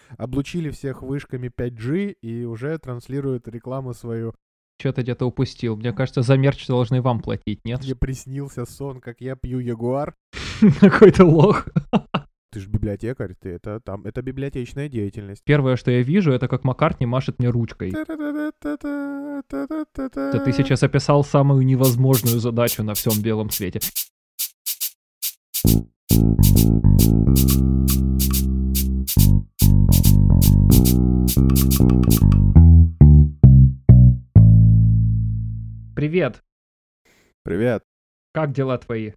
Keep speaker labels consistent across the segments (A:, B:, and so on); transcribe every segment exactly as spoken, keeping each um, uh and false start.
A: облучили всех вышками пять джи и уже транслируют рекламу свою.
B: Что-то где-то упустил. Мне кажется, за мерч должны вам платить, нет?
A: Мне приснился сон, как я пью ягуар.
B: Какой-то лох.
A: Ты же библиотекарь, ты это там, это библиотечная деятельность.
B: Первое, что я вижу, это как Маккартни машет мне ручкой. Это ты сейчас описал самую невозможную задачу на всем белом свете. Привет.
A: Привет.
B: Как дела твои?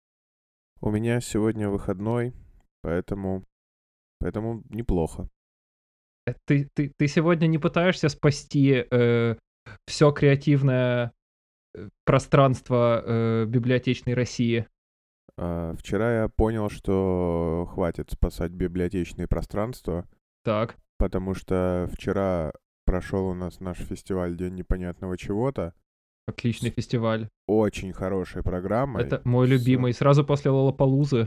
A: У меня сегодня выходной, поэтому, поэтому неплохо.
B: Э, Ты, ты, ты сегодня не пытаешься спасти э, все креативное э, пространство э, библиотечной России?
A: А, вчера я понял, что хватит спасать библиотечные пространства,
B: Так,
A: потому что вчера прошел у нас наш фестиваль «День непонятного чего-то»
B: отличный фестиваль.
A: очень хорошей программой,
B: Это мой
A: с,
B: любимый. Сразу после Лолапалузы.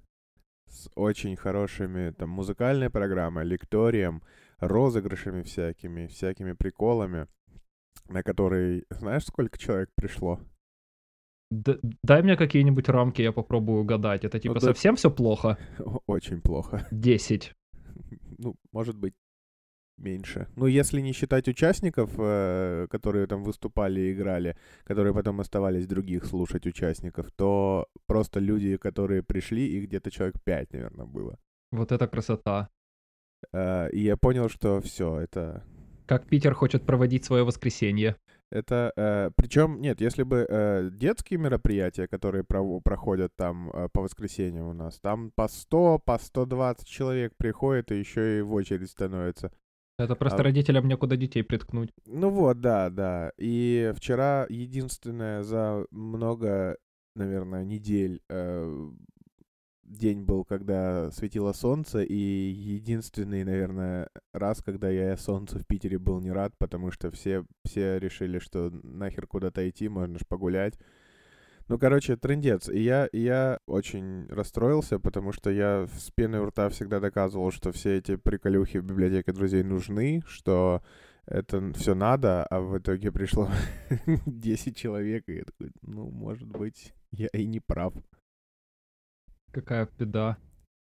A: с очень хорошими там музыкальной программой, лекторием, розыгрышами всякими, всякими приколами, на который, знаешь, сколько человек пришло?
B: Д- дай мне какие-нибудь рамки, я попробую угадать. Это типа
A: Ну, да-
B: совсем все плохо?
A: Очень плохо.
B: Десять.
A: Ну, может быть, меньше. Ну, если не считать участников, э, которые там выступали и играли, которые потом оставались других слушать участников, то просто люди, которые пришли, их где-то человек пять, наверное, было.
B: Вот это красота.
A: Э, и я понял, что все, это...
B: Как Питер хочет проводить свое воскресенье.
A: Это, э, причем, нет, если бы э, детские мероприятия, которые прово- проходят там э, по воскресеньям у нас, там по сто, по сто двадцать человек приходит и еще и в очередь становится.
B: Это просто
A: А,
B: родителям некуда детей приткнуть.
A: Ну вот, да, да. И вчера единственное за много, наверное, недель э, день был, когда светило солнце, и единственный, наверное, раз, когда я солнцу в Питере был не рад, потому что все, все решили, что нахер куда-то идти, можно ж погулять. Ну, короче, трындец. И я, и я очень расстроился, потому что я с пеной у рта всегда доказывал, что все эти приколюхи в библиотеке друзей нужны, что это все надо, а в итоге пришло десять человек, и я такой, ну, может быть, я и не прав.
B: Какая беда.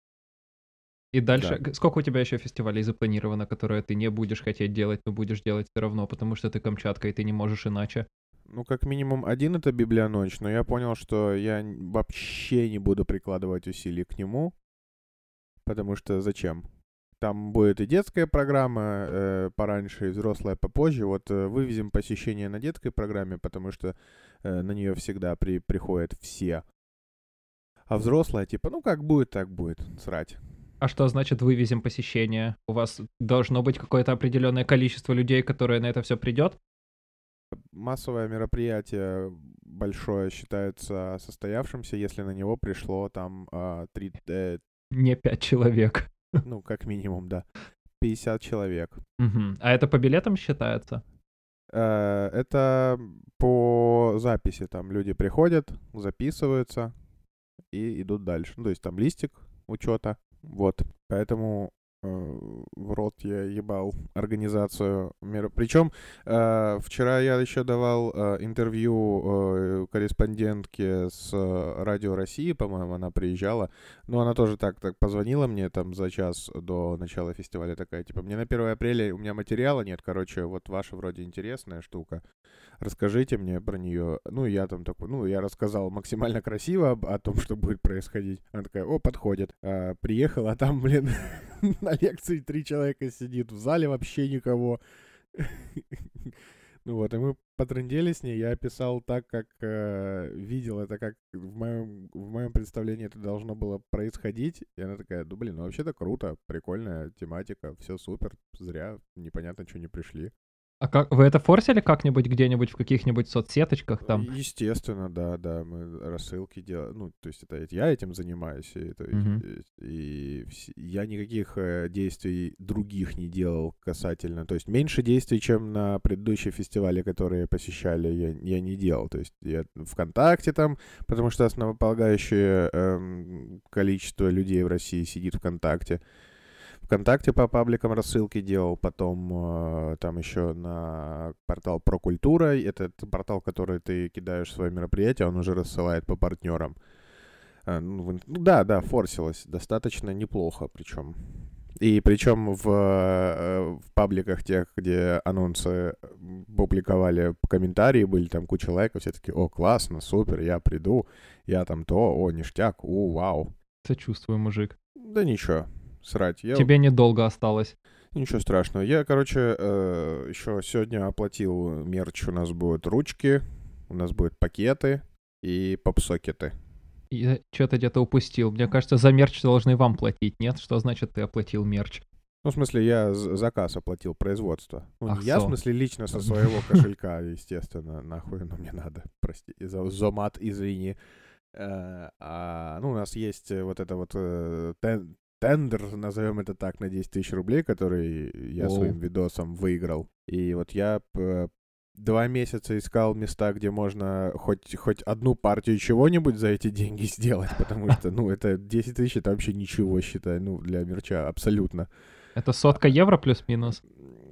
B: И дальше,
A: Да.
B: г- сколько у тебя еще фестивалей запланировано, которые ты не будешь хотеть делать, но будешь делать все равно, потому что ты Камчатка, и ты не можешь иначе?
A: Ну, как минимум один это Библионочь, но я понял, что я н- вообще не буду прикладывать усилий к нему, потому что зачем? Там будет и детская программа э, пораньше, и взрослая попозже. Вот э, вывезем посещение на детской программе, потому что э, на нее всегда при, приходят все. А взрослая, типа, ну как будет, так будет, срать.
B: А что значит вывезем посещение? У вас должно быть какое-то определенное количество людей, которое на это все придет?
A: Массовое мероприятие большое считается состоявшимся, если на него пришло там а, три, э,
B: Не пять человек.
A: ну как минимум, да, пятьдесят человек.
B: Мгм. А это по билетам считается?
A: Э, Это по записи, там люди приходят, записываются и идут дальше. Ну, то есть там листик учета, вот. Поэтому э, в рот я ебал организацию мера. Причем э, вчера я еще давал э, интервью э, корреспондентке с э, Радио России, по-моему, она приезжала. Но она тоже так, так позвонила мне там за час до начала фестиваля, такая, типа, мне на первое апреля, у меня материала нет, короче, вот ваша вроде интересная штука. Расскажите мне про нее. Ну, я там такой, ну, я рассказал максимально красиво об- о том, что будет происходить. Она такая, о, подходит. А, приехал, а там, блин, на лекции три человека сидит, в зале вообще никого. Ну вот, и мы потрындели с ней, я описал так, как э, видел это, как в моем, в моем представлении это должно было происходить. И она такая, ну блин, ну вообще-то круто, прикольная тематика, все супер, зря, непонятно, что не пришли.
B: А как вы это форсили как-нибудь где-нибудь в каких-нибудь соцсеточках там?
A: Естественно, да, да, мы рассылки делаем, ну, то есть это ведь я этим занимаюсь, и, то есть,
B: Мгм.
A: и, и вс- я никаких э, действий других не делал касательно, то есть меньше действий, чем на предыдущие фестивали, которые посещали, я, я не делал, то есть я ВКонтакте там, потому что основополагающее эм, количество людей в России сидит ВКонтакте, ВКонтакте по пабликам рассылки делал, потом э, там еще на портал Прокультура. Это, это портал, который ты кидаешь свое мероприятие, он уже рассылает по партнерам. А, ну, ну да, да, форсилось достаточно неплохо причем. И причем в, в пабликах тех, где анонсы публиковали комментарии, были там куча лайков, все такие: о, классно, супер, я приду, я там то, о, ништяк, у, вау.
B: Сочувствую, мужик.
A: Да ничего, срать. Я...
B: Тебе недолго осталось.
A: Ничего страшного. Я, короче, э, еще сегодня оплатил мерч, у нас будут ручки, у нас будут пакеты и попсокеты.
B: Я что-то где-то упустил. Мне кажется, за мерч должны вам платить, нет? Что значит ты оплатил мерч?
A: Ну, в смысле, я заказ оплатил, производство. Ну,
B: Ах,
A: не я,
B: со.
A: в смысле, лично со своего кошелька, естественно, нахуй оно мне надо, прости, за зомат, извини. А, а, ну, у нас есть вот это вот э, тен, тендер, назовем это так, на десять тысяч рублей, который я
B: Оу.
A: своим видосом выиграл. И вот я п- два месяца искал места, где можно хоть, хоть одну партию чего-нибудь за эти деньги сделать, потому что, ну, это десять тысяч, это вообще ничего, считай, ну, для мерча абсолютно.
B: Это сотка евро плюс-минус?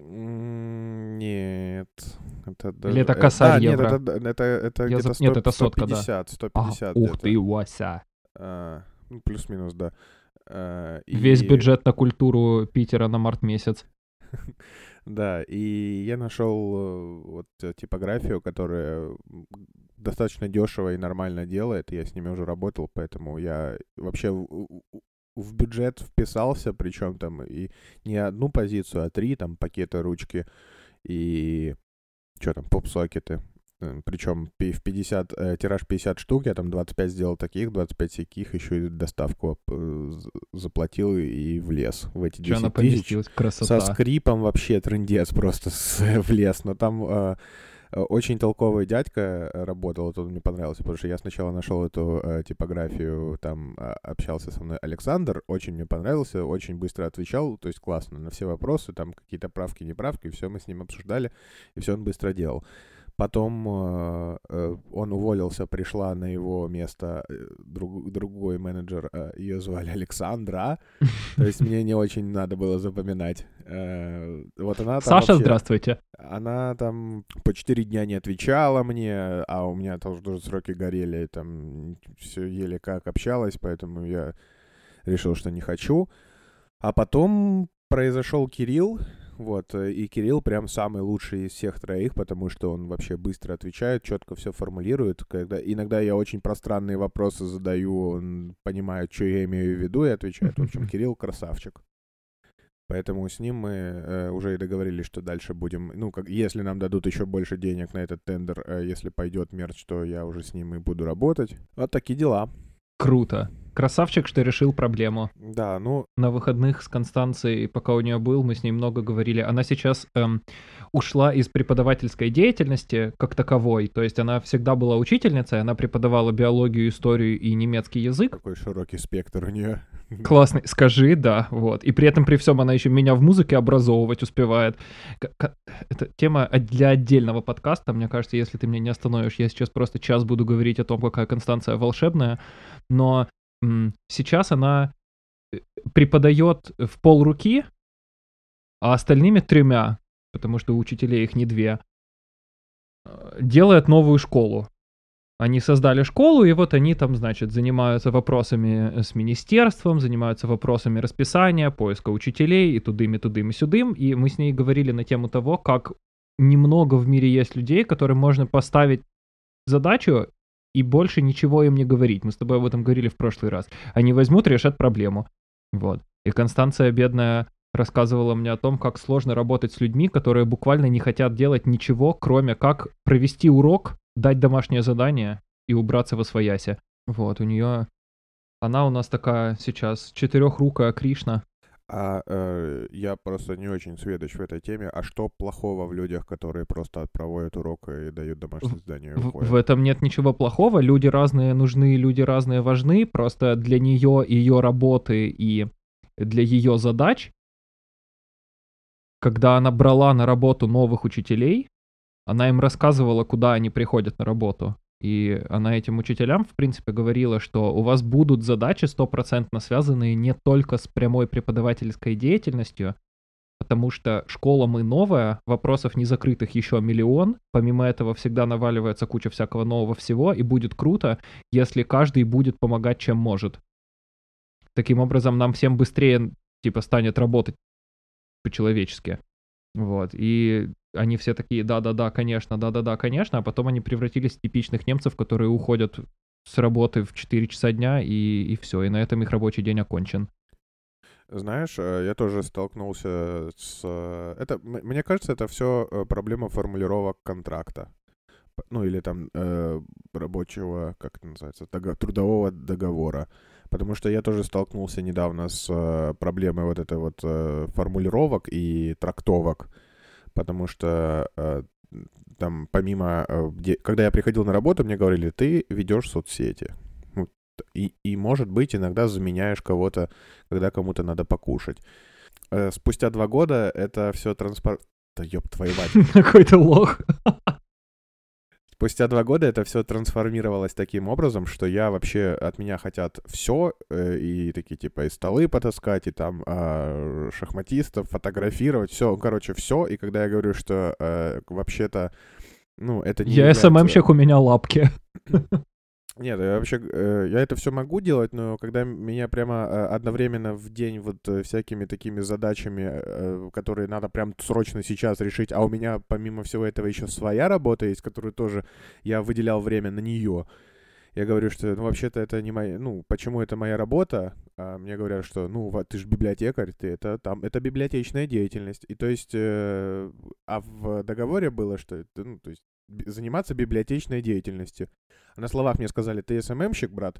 A: Нет. Это даже...
B: Или это косарь
A: а,
B: евро?
A: Нет, это, это, это
B: Я
A: где-то
B: за... Нет, это
A: сто
B: сотка, да.
A: пятьдесят, сто пятьдесят
B: А, ух
A: где-то.
B: ты, Вася.
A: А, ну, плюс-минус, да. А,
B: Весь
A: и...
B: бюджет на культуру Питера на март месяц.
A: Да, и я нашел вот типографию, которая достаточно дешево и нормально делает. Я с ними уже работал, поэтому я вообще в, в бюджет вписался, причем там и не одну позицию, а три, там пакеты, ручки и что там, поп-сокеты. Причем в пятьдесят, э, тираж пятьдесят штук, я там двадцать пять сделал таких, двадцать пять всяких, еще и доставку э, заплатил и влез в эти десять тысяч.
B: Красота.
A: Со скрипом вообще трындец просто с, влез. Но там э, очень толковый дядька работал, вот он мне понравился, потому что я сначала нашел эту э, типографию, там э, общался со мной Александр, очень мне понравился, очень быстро отвечал, то есть классно на все вопросы, там какие-то правки, неправки, все мы с ним обсуждали, и все он быстро делал. Потом э, э, он уволился, пришла на его место друг, другой менеджер, э, ее звали Александра, то есть мне не очень надо было запоминать. Э, вот она там
B: Саша,
A: вообще,
B: здравствуйте.
A: Она там по четыре дня не отвечала мне, а у меня тоже, тоже сроки горели, там все еле как общалась, поэтому я решил, что не хочу. А потом произошел Кирилл. Вот, и Кирилл прям самый лучший из всех троих, потому что он вообще быстро отвечает, четко все формулирует. Когда... Иногда я очень пространные вопросы задаю, он понимает, что я имею в виду, и отвечает. В общем, Кирилл красавчик. Поэтому с ним мы э, уже и договорились, что дальше будем... Ну, как, если нам дадут еще больше денег на этот тендер, э, если пойдет мерч, то я уже с ним и буду работать. Вот такие дела.
B: Круто. Красавчик, что решил проблему.
A: Да, ну...
B: На выходных с Констанцией, пока у нее был, мы с ней много говорили. Она сейчас эм, ушла из преподавательской деятельности как таковой. То есть она всегда была учительницей, она преподавала биологию, историю и немецкий язык.
A: Какой широкий спектр у нее.
B: Классный, скажи, да, вот. И при этом, при всем, она еще меня в музыке образовывать успевает. Это тема для отдельного подкаста. Мне кажется, если ты меня не остановишь, я сейчас просто час буду говорить о том, какая Констанция волшебная. Но м- сейчас она преподает в полруки, а остальными тремя, потому что у учителей их не две, делает новую школу. Они создали школу, и вот они там, значит, занимаются вопросами с министерством, занимаются вопросами расписания, поиска учителей, и тудым, и тудым, и сюдым. И мы с ней говорили на тему того, как немного в мире есть людей, которым можно поставить задачу и больше ничего им не говорить. Мы с тобой об этом говорили в прошлый раз. Они возьмут, решат проблему. Вот. И Констанция, бедная, рассказывала мне о том, как сложно работать с людьми, которые буквально не хотят делать ничего, кроме как провести урок, дать домашнее задание и убраться восвояси. Вот, у нее... Она у нас такая сейчас четырехрукая Кришна.
A: А э, я просто не очень сведущ в этой теме. А что плохого в людях, которые просто проводят урок и дают домашнее задание и
B: В,
A: уходят?
B: в этом нет ничего плохого. Люди разные нужны, люди разные важны. Просто для нее, ее работы и для ее задач, когда она брала на работу новых учителей, она им рассказывала, куда они приходят на работу. И она этим учителям, в принципе, говорила, что у вас будут задачи стопроцентно связанные не только с прямой преподавательской деятельностью, потому что школа мы новая, вопросов незакрытых еще миллион, помимо этого всегда наваливается куча всякого нового всего, и будет круто, если каждый будет помогать, чем может. Таким образом, нам всем быстрее, типа, станет работать по-человечески. Вот, и они все такие, да-да-да, конечно, да-да-да, конечно, а потом они превратились в типичных немцев, которые уходят с работы в четыре часа дня, и, и все, и на этом их рабочий день окончен.
A: Знаешь, э, я тоже столкнулся с... э, Это, м- мне кажется, это все проблема формулировок контракта. П- Ну, или там э, рабочего, как это называется, дого- трудового договора. Потому что я тоже столкнулся недавно с э, проблемой вот этой вот э, формулировок и трактовок. Потому что э, там помимо... э, где- когда я приходил на работу, мне говорили, ты ведешь соцсети. Вот. И, и, может быть, иногда заменяешь кого-то, когда кому-то надо покушать. Э, спустя два года это все транспор... Да ёб твою мать.
B: Какой-то лох.
A: Спустя два года это все трансформировалось таким образом, что я вообще, от меня хотят все, э, и такие типа и столы потаскать, и там э, шахматистов фотографировать, все, короче, все. И когда я говорю, что э, вообще-то, ну, это не
B: Я
A: является...
B: СММщик, у меня лапки.
A: Нет, я вообще, э, я это все могу делать, но когда меня прямо э, одновременно в день вот э, всякими такими задачами, э, которые надо прям срочно сейчас решить, а у меня помимо всего этого еще своя работа есть, которую тоже я выделял время на нее. Я говорю, что, ну, вообще-то это не моя, ну, почему это моя работа? А мне говорят, что, ну, вот ты же библиотекарь, ты это там, это библиотечная деятельность. И то есть, э, а в договоре было, что это, ну, то есть би- заниматься библиотечной деятельностью. А на словах мне сказали, ты СММщик, брат,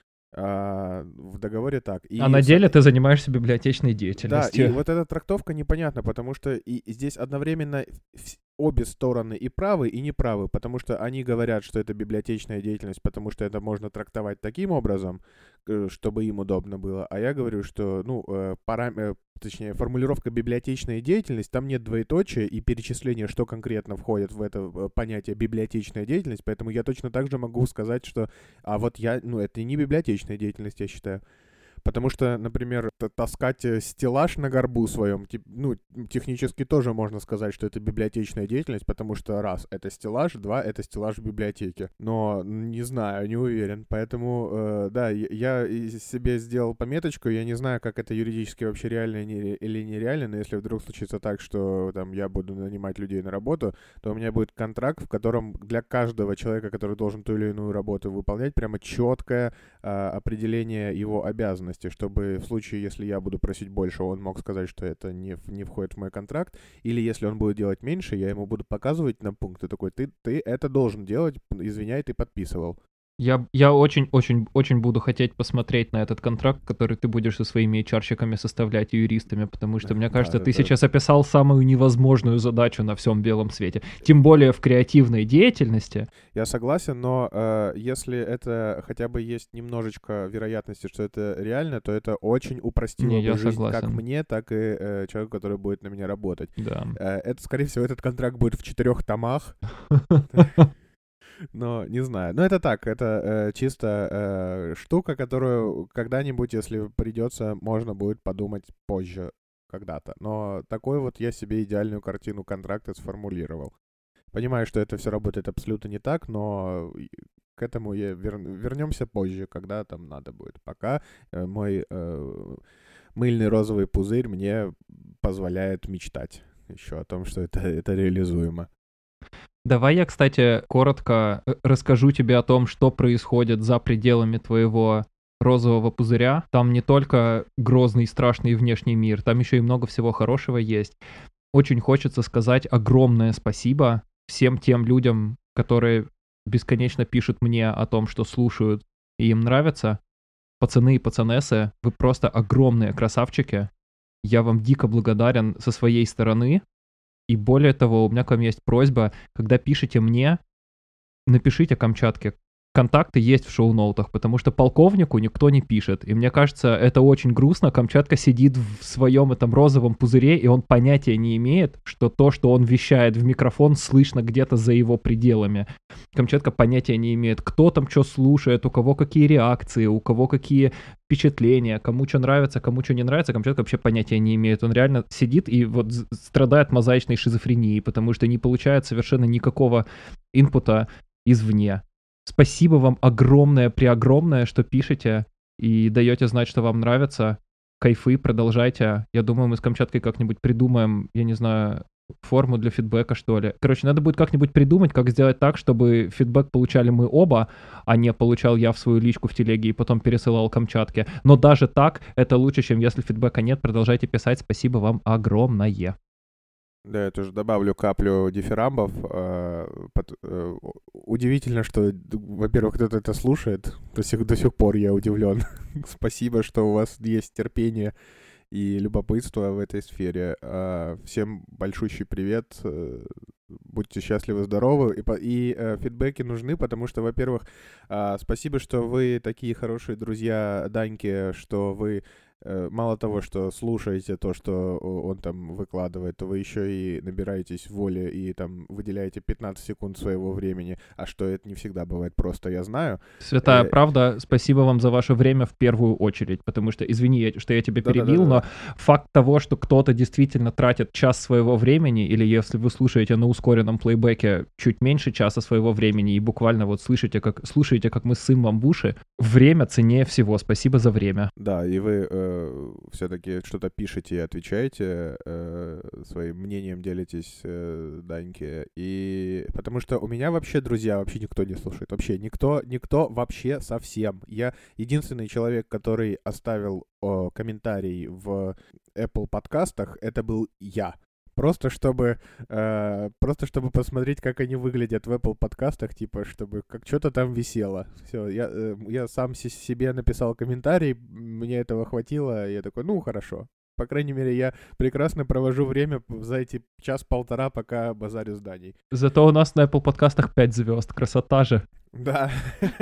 A: а в договоре так. И
B: А на
A: со-
B: деле ты занимаешься библиотечной
A: да, и
B: деятельностью.
A: вот эта трактовка непонятна, потому что и и здесь одновременно вс- обе стороны и правы, и неправы, потому что они говорят, что это библиотечная деятельность, потому что это можно трактовать таким образом, э, чтобы им удобно было, а я говорю, что, ну, э, парам- э, точнее, формулировка библиотечная деятельность, там нет двоеточия и перечисления, что конкретно входит в это э, понятие библиотечная деятельность, поэтому я точно так же могу сказать, что, а вот я, ну, это не библиотечная деятельность, я считаю. Потому что, например, т- таскать э, стеллаж на горбу своем, тип- ну, технически тоже можно сказать, что это библиотечная деятельность, потому что раз, это стеллаж, два, это стеллаж в библиотеке. Но не знаю, не уверен. Поэтому, э, да, я я и себе сделал пометочку, я не знаю, как это юридически вообще реально не- или нереально, но если вдруг случится так, что там я буду нанимать людей на работу, то у меня будет контракт, в котором для каждого человека, который должен ту или иную работу выполнять, прямо четкое а, определение его обязанностей, чтобы в случае, если я буду просить больше, он мог сказать, что это не, в- не входит в мой контракт, или если он будет делать меньше, я ему буду показывать на пункты такой, ты, ты это должен делать, извиняй, ты подписывал.
B: Я, я очень, очень, очень буду хотеть посмотреть на этот контракт, который ты будешь со своими эйч ар-щиками составлять и юристами, потому что, мне
A: Да,
B: кажется, ты
A: это-
B: сейчас описал самую невозможную задачу на всем белом свете. Тем более в креативной деятельности.
A: Я согласен, но э, если это хотя бы есть немножечко вероятности, что это реально, то это очень упростило
B: Не,
A: бы
B: я
A: жизнь как
B: согласен.
A: мне, так и э, человеку, который будет на меня работать.
B: Да.
A: Э, это, скорее всего, этот контракт будет в четырех томах. Но не знаю. Но это так, это э, чисто э, штука, которую когда-нибудь, если придется, можно будет подумать позже когда-то. Но такой вот я себе идеальную картину контракта сформулировал. Понимаю, что это все работает абсолютно не так, но и к этому я вер- вернемся позже, когда там надо будет. Пока э, мой э, мыльный розовый пузырь мне позволяет мечтать еще о том, что это, это реализуемо.
B: Давай я, кстати, коротко э, расскажу тебе о том, что происходит за пределами твоего розового пузыря. Там не только грозный, страшный внешний мир, там еще и много всего хорошего есть. Очень хочется сказать огромное спасибо всем тем людям, которые бесконечно пишут мне о том, что слушают и им нравится. Пацаны и пацанессы, вы просто огромные красавчики. Я вам дико благодарен со своей стороны. И более того, у меня к вам есть просьба, когда пишете мне, напишите Камчатке, контакты есть в шоу-ноутах, потому что полковнику никто не пишет. И мне кажется, это очень грустно. Камчатка сидит в своем этом розовом пузыре, и он понятия не имеет, что то, что он вещает в микрофон, слышно где-то за его пределами. Камчатка понятия не имеет, кто там что слушает, у кого какие реакции, у кого какие впечатления, кому что нравится, кому что не нравится. Камчатка вообще понятия не имеет. Он реально сидит и вот страдает мозаичной шизофренией, потому что не получает совершенно никакого инпута извне. Спасибо вам огромное, преогромное, что пишете и даете знать, что вам нравится. Кайфы, продолжайте. Я думаю, мы с Камчаткой как-нибудь придумаем, я не знаю, форму для фидбэка, что ли. Короче, надо будет как-нибудь придумать, как сделать так, чтобы фидбэк получали мы оба, а не получал я в свою личку в телеге и потом пересылал Камчатке. Но даже так, это лучше, чем если фидбэка нет. Продолжайте писать. Спасибо вам огромное.
A: Да, я тоже добавлю каплю дифирамбов. Э, под, э, удивительно, что, во-первых, кто-то это слушает. До сих, до сих пор я удивлен. Спасибо, что у вас есть терпение и любопытство в этой сфере. Э, всем большущий привет. Э, будьте счастливы, здоровы. И, и э, фидбэки нужны, потому что, во-первых, э, спасибо, что вы такие хорошие друзья Даньки, что вы мало того, что слушаете то, что он там выкладывает, то вы еще и набираетесь воли и там выделяете пятнадцать секунд своего времени, а что это не всегда бывает просто, я знаю.
B: Святая
A: э...
B: правда, спасибо вам за ваше время в первую очередь, потому что, извини, что я тебя перебил,
A: Да-да-да-да.
B: но факт того, что кто-то действительно тратит час своего времени, или если вы слушаете на ускоренном плейбеке чуть меньше часа своего времени и буквально вот слышите, как, слушаете, как мы ссым вам в уши, время ценнее всего, спасибо за время.
A: Да, и вы э, все-таки что-то пишете и отвечаете, э, своим мнением делитесь, э, Даньке, и потому что у меня вообще, друзья, вообще никто не слушает, вообще никто, никто вообще совсем. Я единственный человек, который оставил о, комментарий в Apple подкастах, это был я. Просто чтобы, э, просто чтобы посмотреть, как они выглядят в Apple подкастах, типа, чтобы как что-то там висело. Все, я, э, я сам си- себе написал комментарий, мне этого хватило, и я такой, ну, хорошо. По крайней мере, я прекрасно провожу время за эти час-полтора, пока базарю зданий.
B: Зато у нас на Apple подкастах пять звезд, красота же.
A: Да.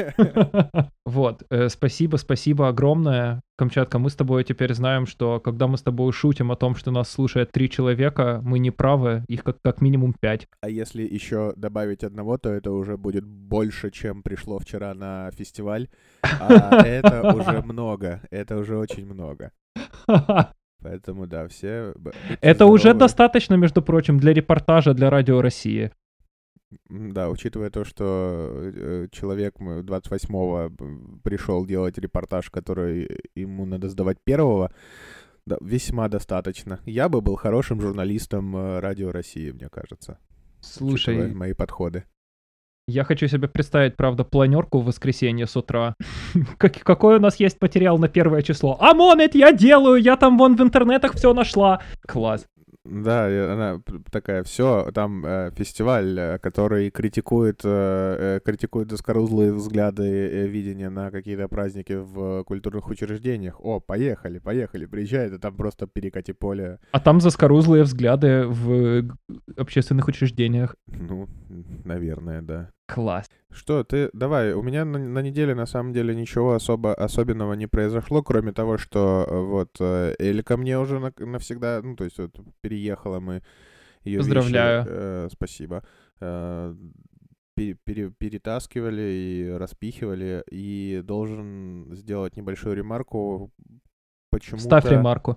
B: Вот, э, спасибо, спасибо огромное. Камчатка, мы с тобой теперь знаем, что когда мы с тобой шутим о том, что нас слушает три человека, мы не правы, их как, как минимум пять.
A: А если еще добавить одного, то это уже будет больше, чем пришло вчера на фестиваль. А это уже много, это уже очень много. Поэтому, да, все...
B: Это уже достаточно, между прочим, для репортажа для Радио России.
A: Да, учитывая то, что человек двадцать восьмого пришел делать репортаж, который ему надо сдавать первого, да, весьма достаточно. Я бы был хорошим журналистом Радио России, мне кажется.
B: Слушай,
A: учитывая мои подходы.
B: Я хочу себе представить, правда, планерку в воскресенье с утра. как, какой у нас есть материал на первое число? ОМОН, это я делаю, я там вон в интернетах все нашла. Класс.
A: Да, она такая, все, там э, фестиваль, который критикует, э, критикует заскорузлые взгляды, э, видения на какие-то праздники в культурных учреждениях. О, поехали, поехали, приезжай, это там просто перекати поле.
B: А там заскорузлые взгляды в общественных учреждениях.
A: Ну, наверное, да.
B: Класс.
A: Что, ты, давай, у меня на, на неделе на самом деле ничего особо особенного не произошло, кроме того, что вот Эль ко мне уже на, навсегда, ну, то есть вот переехала, мы ее
B: Поздравляю.
A: вещи, э, спасибо, э, пере, пере, перетаскивали и распихивали, и должен сделать небольшую ремарку, почему-то...
B: Ставь ремарку.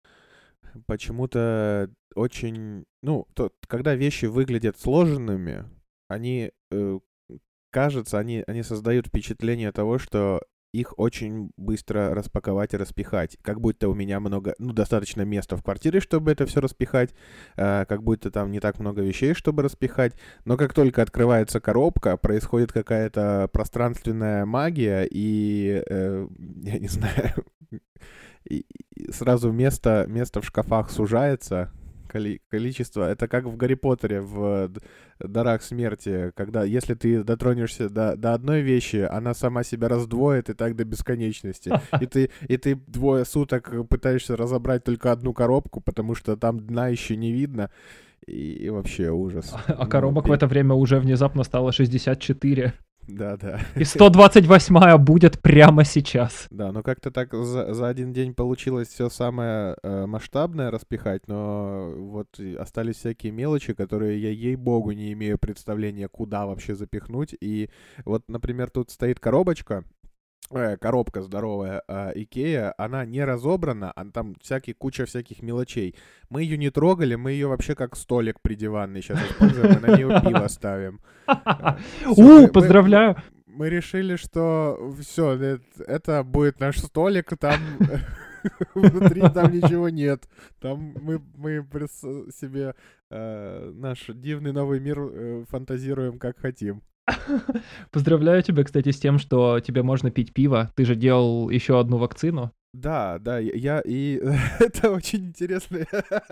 A: Почему-то очень, ну, то, когда вещи выглядят сложными, они, э, кажется, они, они создают впечатление того, что их очень быстро распаковать и распихать. Как будто у меня много, ну, достаточно места в квартире, чтобы это все распихать, э, как будто там не так много вещей, чтобы распихать. Но как только открывается коробка, происходит какая-то пространственная магия, и, э, я не знаю, и, и сразу место, место в шкафах сужается. Количество, это как в Гарри Поттере в Дарах смерти, когда если ты дотронешься до, до одной вещи, она сама себя раздвоит и так до бесконечности. И ты, и ты двое суток пытаешься разобрать только одну коробку, потому что там дна еще не видно. И, и вообще ужас.
B: А, а коробок ну, в это время уже внезапно стало шестьдесят четыре.
A: Да-да.
B: И сто двадцать восьмая будет прямо сейчас.
A: Да, но как-то так за, за один день получилось все самое э, масштабное распихать, но вот и остались всякие мелочи, которые я, ей-богу, не имею представления, куда вообще запихнуть. И вот, например, тут стоит коробочка, э, коробка здоровая, э, Икея, она не разобрана, а там всякие, куча всяких мелочей. Мы ее не трогали, мы ее вообще как столик придиванный сейчас используем, и на нее пиво ставим. Э, всё, мы-
B: У,
A: мы-
B: поздравляю.
A: Мы решили, что все, это будет наш столик, там внутри там ничего нет. Там мы, мы прис- себе э, наш дивный новый мир э, фантазируем как хотим.
B: Поздравляю тебя, кстати, с тем, что тебе можно пить пиво. Ты же делал еще одну вакцину.
A: Да, да, я я- и это очень интересно.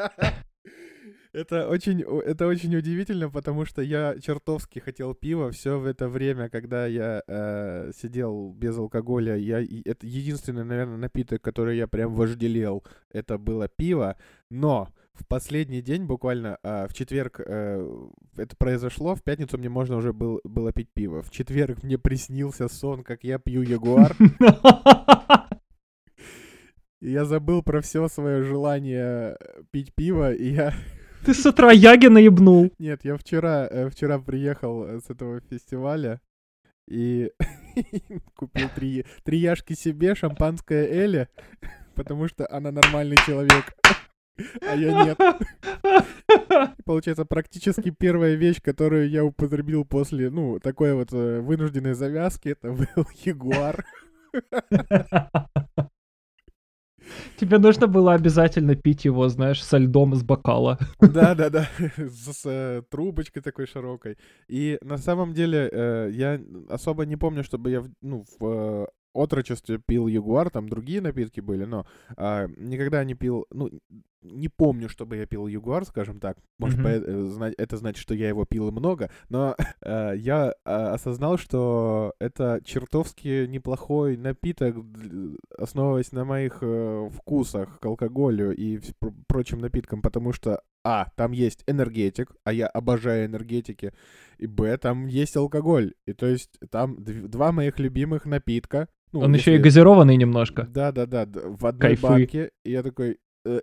A: Это очень, у- это очень удивительно, потому что я чертовски хотел пива все в это время, когда я э, сидел без алкоголя. Я, и это единственный, наверное, напиток, который я прям вожделел, это было пиво. Но в последний день, буквально э, в четверг, э, это произошло, в пятницу мне можно уже был, было пить пиво. В четверг мне приснился сон, как я пью Ягуар. И я забыл про все свое желание пить пиво, и я...
B: Ты с утра Яги наебнул.
A: Нет, я вчера, э, вчера приехал э, с этого фестиваля и купил три, три яшки себе, шампанское Эле, потому что она нормальный человек, а я нет. Получается, практически первая вещь, которую я употребил после, ну, такой вот э, вынужденной завязки, это был Ягуар.
B: Тебе нужно было обязательно пить его, знаешь, со льдом из бокала.
A: Да-да-да, с, с, э, трубочкой такой широкой. И на самом деле э, я особо не помню, чтобы я в, ну, в э, отрочестве пил Ягуар, там другие напитки были, но а, никогда не пил, ну, не помню, чтобы я пил Ягуар, скажем так. Может,
B: Мгм.
A: по- э, зна- это значит, что я его пил и много, но э, я а, осознал, что это чертовски неплохой напиток, д- основываясь на моих э, вкусах к алкоголю и вс- пр- прочим напиткам, потому что а, там есть энергетик, а я обожаю энергетики, и б, там есть алкоголь, и то есть там дв- два моих любимых напитка. Ну,
B: Он еще и
A: если...
B: газированный немножко.
A: Да-да-да, д- в одной
B: Кайфы.
A: банке, и я такой, э,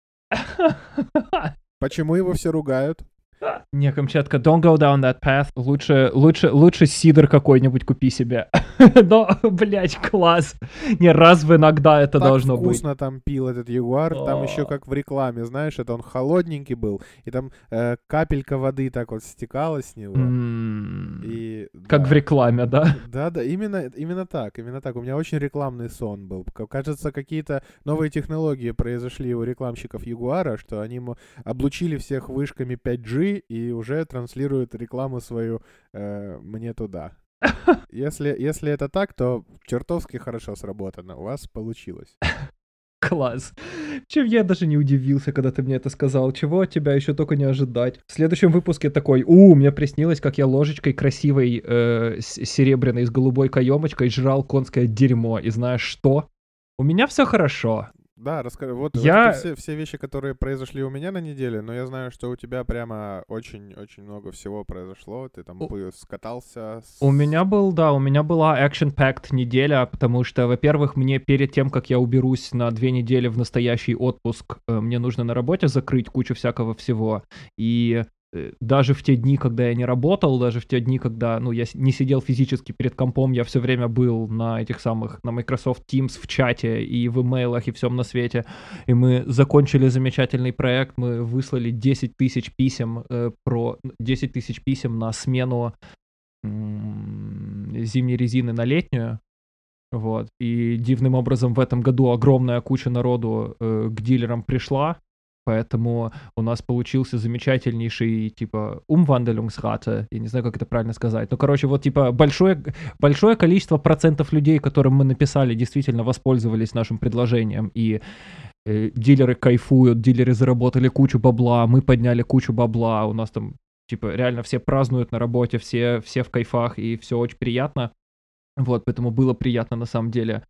A: почему его все ругают?
B: Не, Камчатка, don't go down that path. Лучше, лучше, лучше сидр какой-нибудь купи себе. Но, блядь, класс. Не, раз в иногда это
A: Так
B: должно быть.
A: вкусно там пил этот Ягуар, там еще
B: О.
A: как в рекламе, знаешь, это он холодненький был, и там э, капелька воды так вот стекала с него.
B: М,
A: И
B: Как
A: да.
B: в рекламе, да?
A: Да, да, именно, именно так, именно так. У меня очень рекламный сон был. К- Кажется, какие-то новые технологии произошли у рекламщиков Ягуара, что они ему облучили всех вышками пять джи и уже транслируют рекламу свою э, мне туда. Если, если это так, то чертовски хорошо сработано. У вас получилось.
B: Класс. Чем я даже не удивился, когда ты мне это сказал. Чего от тебя еще только не ожидать. В следующем выпуске такой, у, мне приснилось, как я ложечкой красивой, э, с- серебряной с голубой каемочкой жрал конское дерьмо. И знаешь что? У меня все хорошо.
A: Да, расскажи. Вот, вот
B: Я-
A: это все, все вещи, которые произошли у меня на неделе, но я знаю, что у тебя прямо очень-очень много всего произошло. Ты там
B: У-
A: бы скатался. с-
B: У меня был, да, у меня была action-packed неделя, потому что, во-первых, мне перед тем, как я уберусь на две недели в настоящий отпуск, э, мне нужно на работе закрыть кучу всякого всего. И э, даже в те дни, когда я не работал, даже в те дни, когда, ну, я с- не сидел физически перед компом, я все время был на этих самых, на Microsoft Teams в чате и в имейлах и всем на свете. И мы закончили замечательный проект, мы выслали десять тысяч писем э, про десять тысяч писем на смену м, зимней резины на летнюю. Вот. И дивным образом в этом году огромная куча народу э, к дилерам пришла. Поэтому у нас получился замечательнейший, типа, Umwandlungsrate, я не знаю, как это правильно сказать. Ну, короче, вот, типа, большое, большое количество процентов людей, которым мы написали, действительно воспользовались нашим предложением. И э, дилеры кайфуют, дилеры заработали кучу бабла, мы подняли кучу бабла, у нас там, типа, реально все празднуют на работе, все, все в кайфах, и все очень приятно. Вот, поэтому было приятно на самом деле.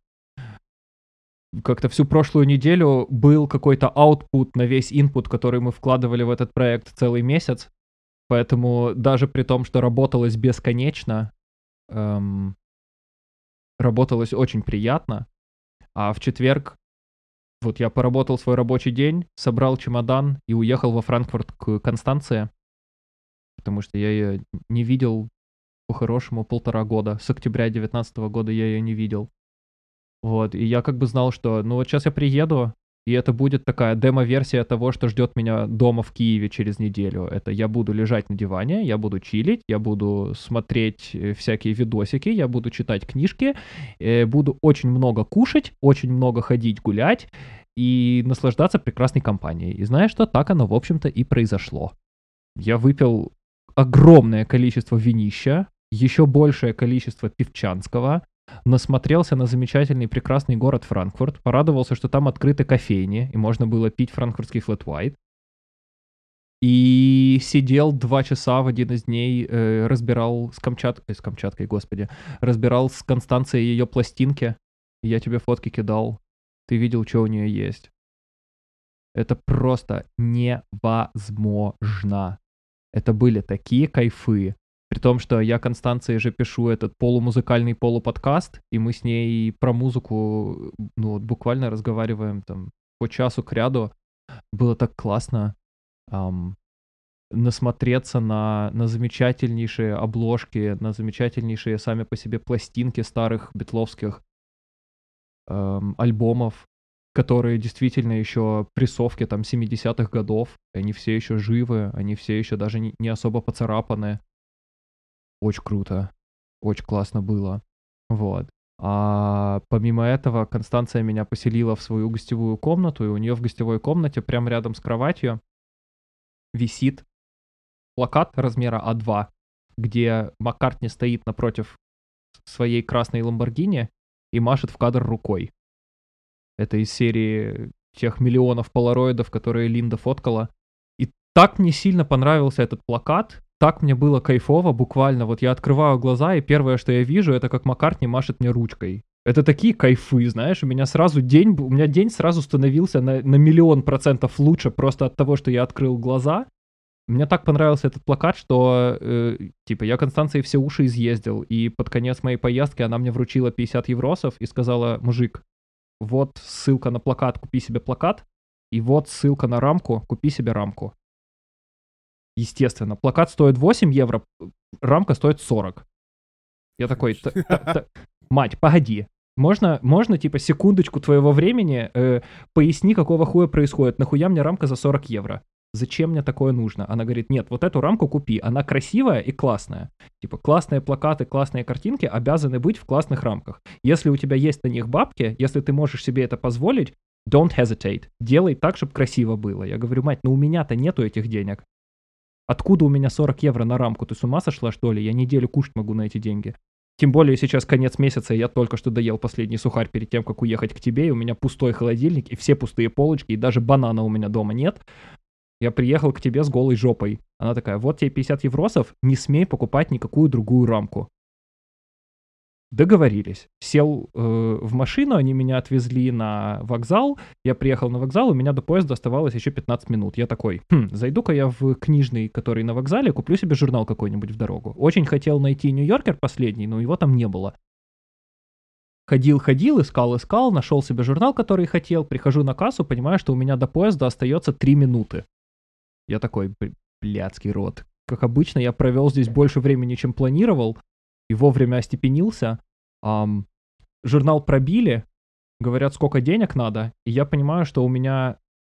B: Как-то всю прошлую неделю был какой-то output на весь input, который мы вкладывали в этот проект целый месяц. Поэтому даже при том, что работалось бесконечно, эм, работалось очень приятно, а в четверг вот я поработал свой рабочий день, собрал чемодан и уехал во Франкфурт к Констанции, потому что я ее не видел по-хорошему полтора года. С октября девятнадцатого года я ее не видел. Вот, и я как бы знал, что ну вот сейчас я приеду, и это будет такая демо-версия того, что ждет меня дома в Киеве через неделю. Это я буду лежать на диване, я буду чилить, я буду смотреть э, всякие видосики, я буду читать книжки, э, буду очень много кушать, очень много ходить гулять и наслаждаться прекрасной компанией. И знаешь что? Так оно, в общем-то, и произошло. Я выпил огромное количество винища, еще большее количество пивчанского, насмотрелся на замечательный прекрасный город Франкфурт, порадовался, что там открыты кофейни, и можно было пить франкфуртский флэт уайт. И сидел два часа в один из дней, э, разбирал с Камчаткой, с Камчаткой, господи, разбирал с Констанцией ее пластинки. Я тебе фотки кидал, ты видел, что у нее есть. Это просто невозможно. Это были такие кайфы. При том, что я Констанции же пишу этот полумузыкальный полуподкаст, и мы с ней про музыку, ну, вот буквально разговариваем там по часу кряду. Было так классно эм, насмотреться на, на замечательнейшие обложки, на замечательнейшие сами по себе пластинки старых битловских эм, альбомов, которые действительно еще прессовки там семидесятых годов, они все еще живы, они все еще даже не, не особо поцарапаны. Очень круто, очень классно было, вот. А помимо этого Констанция меня поселила в свою гостевую комнату, и у нее в гостевой комнате прямо рядом с кроватью висит плакат размера а два, где Маккартни стоит напротив своей красной Ламборгини и машет в кадр рукой. Это из серии тех миллионов полароидов, которые Линда фоткала. И так мне сильно понравился этот плакат, так мне было кайфово, буквально. Вот я открываю глаза, и первое, что я вижу, это как Маккартни машет мне ручкой. Это такие кайфы, знаешь, у меня сразу день, у меня день сразу становился на, на миллион процентов лучше просто от того, что я открыл глаза. Мне так понравился этот плакат, что, э, типа, я Констанции все уши изъездил, и под конец моей поездки она мне вручила пятьдесят евросов и сказала: мужик, вот ссылка на плакат, купи себе плакат, и вот ссылка на рамку, купи себе рамку. Естественно, плакат стоит восемь евро, рамка стоит сорок. Я такой: мать, погоди, можно, можно типа, секундочку твоего времени, э, поясни, какого хуя происходит, нахуя мне рамка за сорок евро? Зачем мне такое нужно? Она говорит: нет, вот эту рамку купи, она красивая и классная. Типа, классные плакаты, классные картинки обязаны быть в классных рамках. Если у тебя есть на них бабки, если ты можешь себе это позволить, don't hesitate. Делай так, чтобы красиво было. Я говорю: мать, ну у меня-то нету этих денег. Откуда у меня сорок евро на рамку? Ты с ума сошла, что ли? Я неделю кушать могу на эти деньги. Тем более сейчас конец месяца, и я только что доел последний сухарь перед тем, как уехать к тебе, и у меня пустой холодильник, и все пустые полочки, и даже банана у меня дома нет. Я приехал к тебе с голой жопой. Она такая: вот тебе пятьдесят евросов, не смей покупать никакую другую рамку. Договорились. Сел э, в машину, они меня отвезли на вокзал. Я приехал на вокзал, у меня до поезда оставалось еще пятнадцать минут. Я такой: хм, зайду-ка я в книжный, который на вокзале, куплю себе журнал какой-нибудь в дорогу. Очень хотел найти Нью-Йоркер последний, но его там не было. Ходил-ходил, искал-искал, нашел себе журнал, который хотел. Прихожу на кассу, понимаю, что у меня до поезда остается три минуты. Я такой: блядский рот. Как обычно, я провел здесь больше времени, чем планировал, и вовремя остепенился. Um, журнал пробили, говорят, сколько денег надо, и я понимаю, что у меня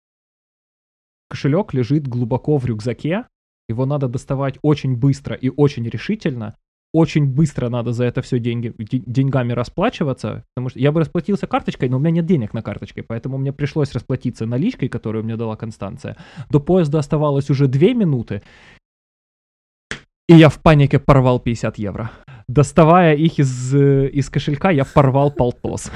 B: кошелек лежит глубоко в рюкзаке, его надо доставать очень быстро и очень решительно. Очень быстро надо за это все деньги, деньгами расплачиваться, потому что я бы расплатился карточкой, но у меня нет денег на карточке, поэтому мне пришлось расплатиться наличкой, которую мне дала Констанция. До поезда оставалось уже две минуты, и я в панике порвал пятьдесят евро. Доставая их из, из кошелька, я порвал полтос.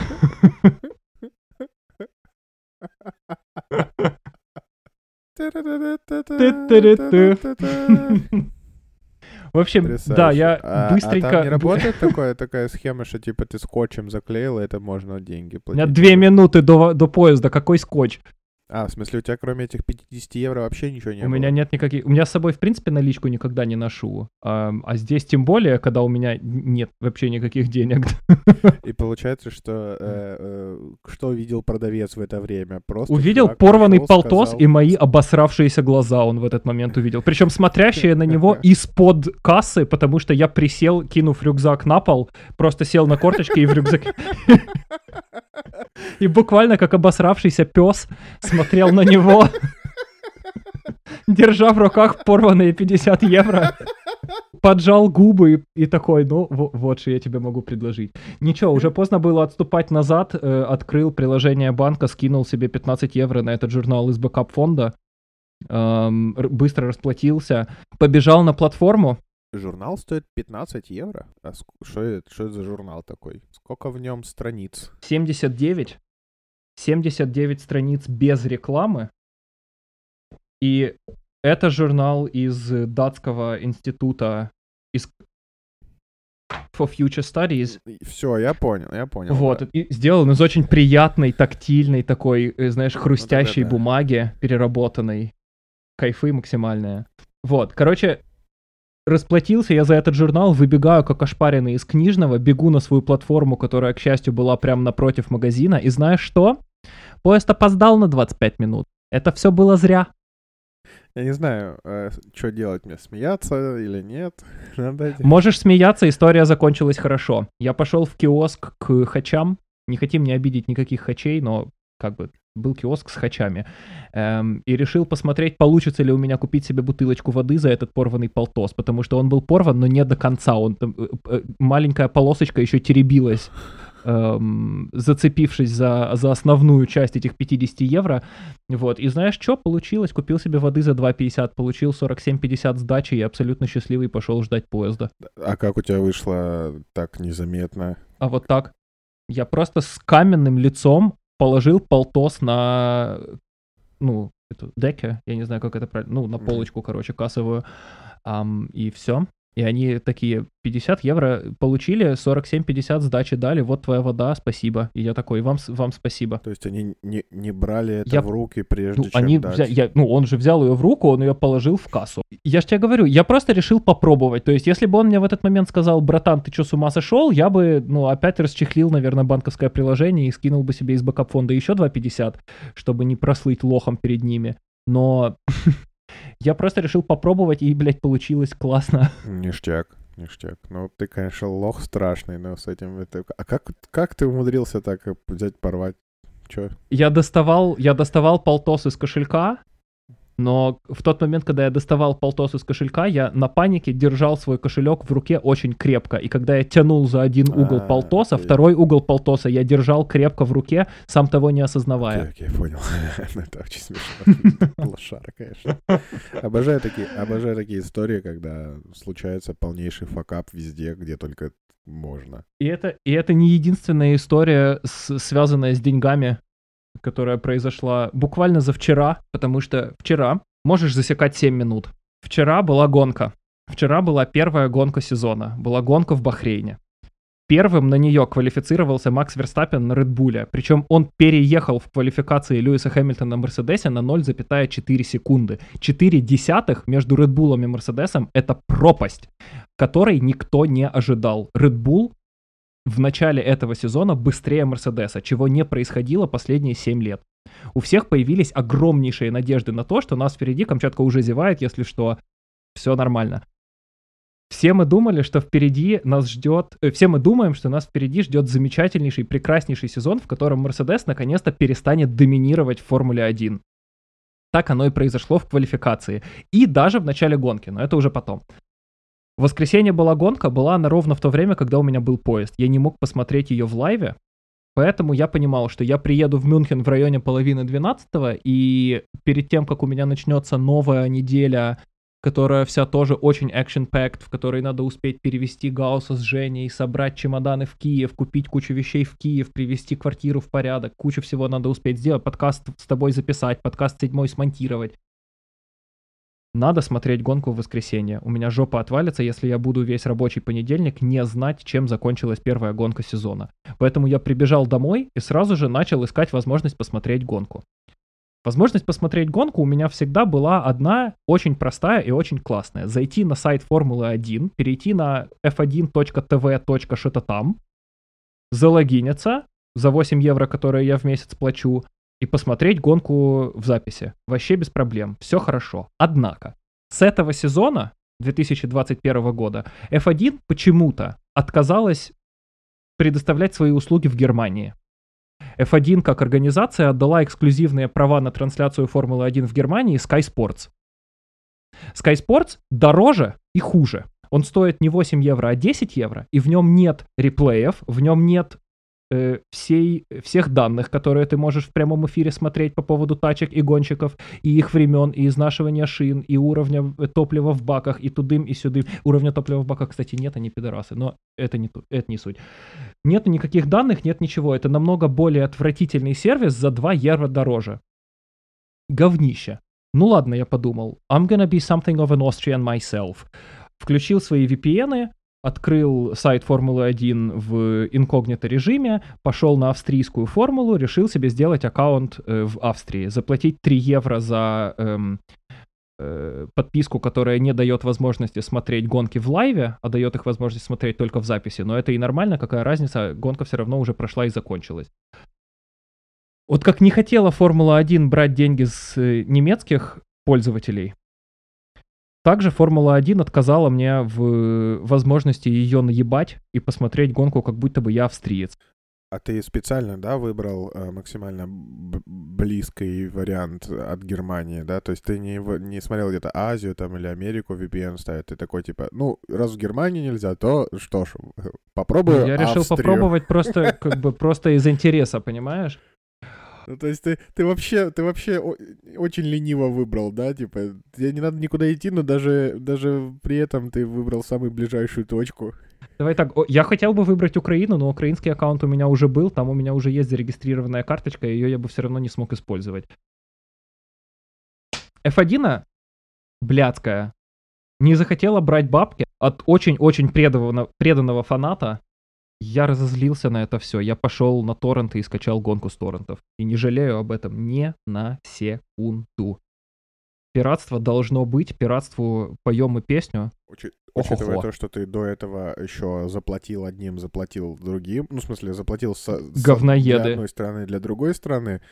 B: В общем,
A: Потрясающе.
B: Да, я
A: а,
B: быстренько...
A: А там не работает такое, такая схема, что типа ты скотчем заклеил, и это можно деньги
B: У
A: платить?
B: меня две минуты до, до поезда, какой скотч?
A: А, в смысле, у тебя кроме этих пятьдесят евро вообще ничего не
B: У
A: было?
B: меня нет никаких... У меня с собой, в принципе, наличку никогда не ношу. А, а здесь тем более, когда у меня нет вообще никаких денег.
A: И получается, что э, э, что увидел продавец в это время? Просто
B: Увидел
A: чувак
B: порванный
A: пришел,
B: полтос
A: сказал,
B: и мои обосравшиеся глаза он в этот момент увидел. Причем смотрящие на него из-под кассы, потому что я присел, кинув рюкзак на пол, просто сел на корточки и в рюкзаке... И буквально как обосравшийся пес смотрел на него, держа в руках порванные пятьдесят евро, поджал губы и, и такой, ну, в- вот что я тебе могу предложить. Ничего, уже поздно было отступать назад, э, открыл приложение банка, скинул себе пятнадцать евро на этот журнал из бэкап-фонда, эм, р- быстро расплатился, побежал на платформу.
A: Журнал стоит пятнадцать евро? А ск- что это, что это за журнал такой? Сколько в нем страниц?
B: семьдесят девять. семьдесят девять страниц без рекламы. И это журнал из датского института из for Future Studies.
A: Все, я понял, я понял.
B: Вот,
A: да.
B: и сделан из очень приятной, тактильной такой, э, знаешь, хрустящей
A: да-да-да.
B: бумаги, переработанной. Кайфы максимальные. Вот, короче, расплатился я за этот журнал, выбегаю как ошпаренный из книжного, бегу на свою платформу, которая, к счастью, была прямо напротив магазина, и знаешь что? Поезд опоздал на двадцать пять минут. Это все было зря.
A: Я не знаю, что делать мне, смеяться или нет. Надо эти-
B: Можешь смеяться, история закончилась хорошо. Я пошел в киоск к хачам. Не хотим не обидеть никаких хачей, но как бы был киоск с хачами. Эм, и решил посмотреть, получится ли у меня купить себе бутылочку воды за этот порванный полтос, потому что он был порван, но не до конца. Он, там, э, э, маленькая полосочка еще теребилась, эм, зацепившись за, за основную часть этих пятьдесят евро. Вот. И знаешь что? Получилось. Купил себе воды за два пятьдесят, получил сорок семь пятьдесят сдачи и абсолютно счастливый пошел ждать поезда.
A: А как у тебя вышло так незаметно?
B: А вот так. Я просто с каменным лицом положил полтос на, ну, эту деке, я не знаю, как это правильно, ну, на
A: Мгм.
B: полочку, короче, кассовую, ам, и все. И они такие, пятьдесят евро получили, сорок семь пятьдесят сдачи дали, вот твоя вода, спасибо. И я такой, вам, с- вам спасибо.
A: То есть они не, не брали это
B: Я-
A: в руки, прежде
B: Ну,
A: чем
B: они
A: дать?
B: взя- я, ну, он же взял ее в руку, он ее положил в кассу. Я же тебе говорю, я просто решил попробовать. То есть, если бы он мне в этот момент сказал, братан, ты что, с ума сошел, я бы, ну, опять расчехлил, наверное, банковское приложение и скинул бы себе из бэкап-фонда еще два пятьдесят, чтобы не прослыть лохом перед ними. Но я просто решил попробовать, и, блядь, получилось классно.
A: Ништяк, ништяк. Ну, ты, конечно, лох страшный, но с этим... Это... А как, как ты умудрился так э, взять, порвать? Чё?
B: Я доставал, я доставал полтос из кошелька, но в тот момент, когда я доставал полтос из кошелька, я на панике держал свой кошелек в руке очень крепко. И когда я тянул за один угол
A: А,
B: полтоса,
A: окей.
B: второй угол полтоса я держал крепко в руке, сам того не
A: Окей,
B: осознавая.
A: окей, понял. Ну, это очень смешно. Лошара, конечно. Обожаю такие, обожаю такие истории, когда случается полнейший факап везде, где только можно.
B: И это, и это не единственная история, с- связанная с деньгами, которая произошла буквально за вчера, потому что вчера можешь засекать семь минут. Вчера была гонка. Вчера была первая гонка сезона. Была гонка в Бахрейне. Первым на нее квалифицировался Макс Верстаппен на Редбуле. Причем он переехал в квалификации Льюиса Хэмилтона на Мерседесе на ноль целых четыре секунды. четыре десятых между Редбулом и Мерседесом — это пропасть, которой никто не ожидал. Редбул в начале этого сезона быстрее Мерседеса, чего не происходило последние семь лет. У всех появились огромнейшие надежды на то, что нас впереди, Камчатка уже зевает, если что, все нормально. Все мы думали, что впереди нас ждет... э, Все мы думаем, что нас впереди ждет замечательнейший, прекраснейший сезон, в котором Мерседес наконец-то перестанет доминировать в Формуле один. Так оно и произошло в квалификации. И даже в начале гонки, но это уже потом. В воскресенье была гонка, была она ровно в то время, когда у меня был поезд. Я не мог посмотреть ее в лайве, поэтому я понимал, что я приеду в Мюнхен в районе половины двенадцатого, и перед тем, как у меня начнется новая неделя, которая вся тоже очень action-packed, в которой надо успеть перевести Гаусса с Женей, собрать чемоданы в Киев, купить кучу вещей в Киев, привести квартиру в порядок, кучу всего надо успеть сделать, подкаст с тобой записать, подкаст седьмой смонтировать. Надо смотреть гонку в воскресенье. У меня жопа отвалится, если я буду весь рабочий понедельник не знать, чем закончилась первая гонка сезона. Поэтому я прибежал домой и сразу же начал искать возможность посмотреть гонку. Возможность посмотреть гонку у меня всегда была одна, очень простая и очень классная. Зайти на сайт Формулы один, перейти на эф один точка ти ви. Что-то там, залогиниться за восемь евро, которые я в месяц плачу, и посмотреть гонку в записи. Вообще без проблем. Все хорошо. Однако, с этого сезона, две тысячи двадцать первого года, эф один почему-то отказалась предоставлять свои услуги в Германии. эф один как организация отдала эксклюзивные права на трансляцию Формулы один в Германии Sky Sports. Sky Sports дороже и хуже. Он стоит не восемь евро, а десять евро, и в нем нет реплеев, в нем нет э, всей, всех данных, которые ты можешь в прямом эфире смотреть по поводу тачек и гонщиков, и их времен, и изнашивания шин, и уровня топлива в баках, и тудым, и сюдым. Уровня топлива в баках, кстати, нет, они пидорасы, но это не, это не суть. Нет никаких данных, нет ничего. Это намного более отвратительный сервис за два евро дороже. Говнище. Ну ладно, я подумал. I'm gonna be something of an Austrian myself. Включил свои ви пи эн, открыл сайт Формулы один в инкогнито режиме, пошел на австрийскую формулу, решил себе сделать аккаунт э, в Австрии, заплатить три евро за эм, э, подписку, которая не дает возможности смотреть гонки в лайве, а дает их возможность смотреть только в записи. Но это и нормально, какая разница, гонка все равно уже прошла и закончилась. Вот как не хотела Формула один брать деньги с э, немецких пользователей, также Формула один отказала мне в возможности ее наебать и посмотреть гонку, как будто бы я австриец.
A: А ты специально, да, выбрал э, максимально б- близкий вариант от Германии, да? То есть ты не, в- не смотрел где-то Азию там или Америку ви пи эн ставить, ты такой типа, ну, раз в Германии нельзя, то что ж, попробую
B: Я решил
A: Австрию.
B: попробовать просто, как бы, просто из интереса, понимаешь?
A: Ну, то есть ты, ты вообще, ты вообще о- очень лениво выбрал, да, типа, тебе не надо никуда идти, но даже, даже при этом ты выбрал самую ближайшую точку.
B: Давай так, о, я хотел бы выбрать Украину, но украинский аккаунт у меня уже был, там у меня уже есть зарегистрированная карточка, и ее я бы все равно не смог использовать. эф один, блядская, не захотела брать бабки от очень-очень преданного, преданного фаната. Я разозлился на это все. Я пошел на торренты и скачал гонку с торрентов. И не жалею об этом ни на секунду. Пиратство должно быть. Пиратству поем и песню.
A: Учи-
B: Ох-охо.
A: Учитывая то, что ты до этого еще заплатил одним, заплатил другим, ну, в смысле, заплатил со, со-
B: Говноеды.
A: для одной страны, для другой страны,